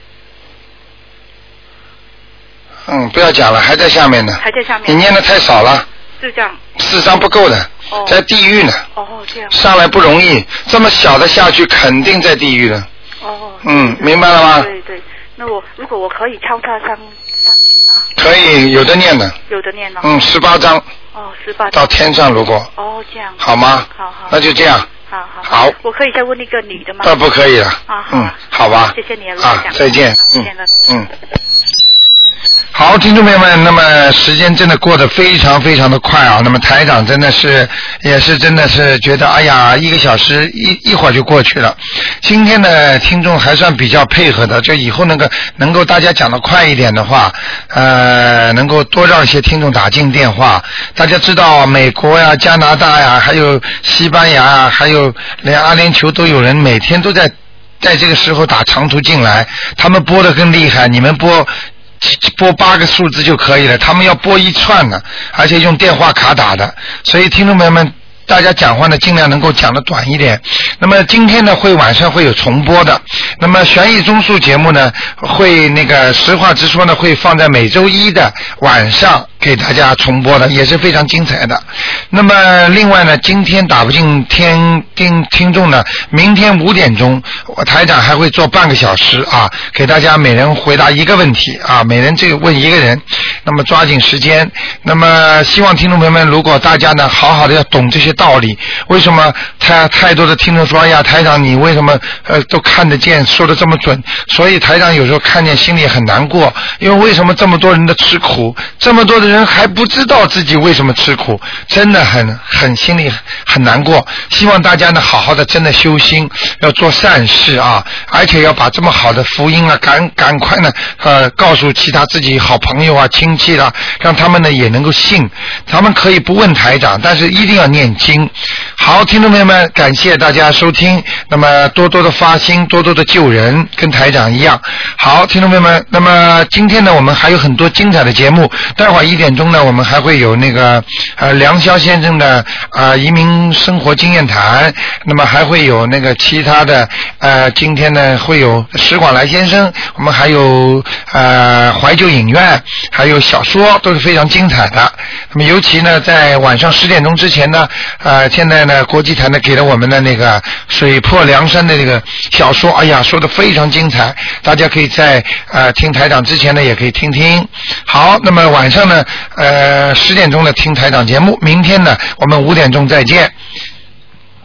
嗯，不要讲了，还在下面呢。 还在下面。 你念的太少了。 是这样。 四张不够的。 哦。 在地狱呢。 哦，这样。 上来不容易，这么小的下去，肯定在地狱了。 哦。 嗯，明白了吗？ 对对，那我如果我可以敲他上上去吗？ 可以，有的念的。 有的念呢。 嗯，十八张。 哦，十八。 到天上如果。 哦，这样。 好吗？ 好好。 那就这样。 好好好， 我可以再问一个女的吗？ 那不可以了。 啊， 嗯，好吧。 谢谢你啊，再见。 嗯嗯。好，听众朋友们，那么时间真的过得非常非常的快啊！那么台长真的是也是真的是觉得，哎呀，一个小时一一会儿就过去了。今天的听众还算比较配合的，就以后那个能够大家讲得快一点的话，呃，能够多让一些听众打进电话。大家知道，美国呀、加拿大呀，还有西班牙啊，还有连阿联酋都有人每天都在在这个时候打长途进来，他们播得更厉害，你们播。拨八个数字就可以了，他们要拨一串呢，而且用电话卡打的，所以听众朋友们大家讲话呢尽量能够讲得短一点。那么今天呢会晚上会有重播的，那么悬疑综述节目呢会那个实话直说呢会放在每周一的晚上给大家重播的，也是非常精彩的。那么另外呢今天打不进听听听众呢，明天五点钟我台长还会做半个小时啊，给大家每人回答一个问题啊，每人这个问一个人，那么抓紧时间。那么希望听众朋友们，如果大家呢好好的要懂这些道理，为什么太太多的听众说，哎呀台长你为什么呃都看得见说得这么准，所以台长有时候看见心里很难过，因为为什么这么多人的吃苦，这么多的人还不知道自己为什么吃苦，真的很很心里很难过。希望大家呢好好的真的修心，要做善事啊，而且要把这么好的福音啊赶赶快呢呃告诉其他自己好朋友啊亲戚啦、啊，让他们呢也能够信，他们可以不问台长，但是一定要念经。好，听众朋友们，感谢大家收听，那么多多的发心，多多的救人，跟台长一样。好，听众朋友们，那么今天呢我们还有很多精彩的节目，待会儿一点钟呢我们还会有那个呃梁霄先生的呃移民生活经验谈，那么还会有那个其他的呃今天呢会有石广来先生，我们还有呃怀旧影院，还有小说，都是非常精彩的。那么尤其呢在晚上十点钟之前呢呃现在呢国际台呢给了我们的那个水泊梁山的那个小说，哎呀说的非常精彩，大家可以在呃听台长之前呢也可以听听。好，那么晚上呢呃十点钟呢听台长节目，明天呢我们五点钟再见。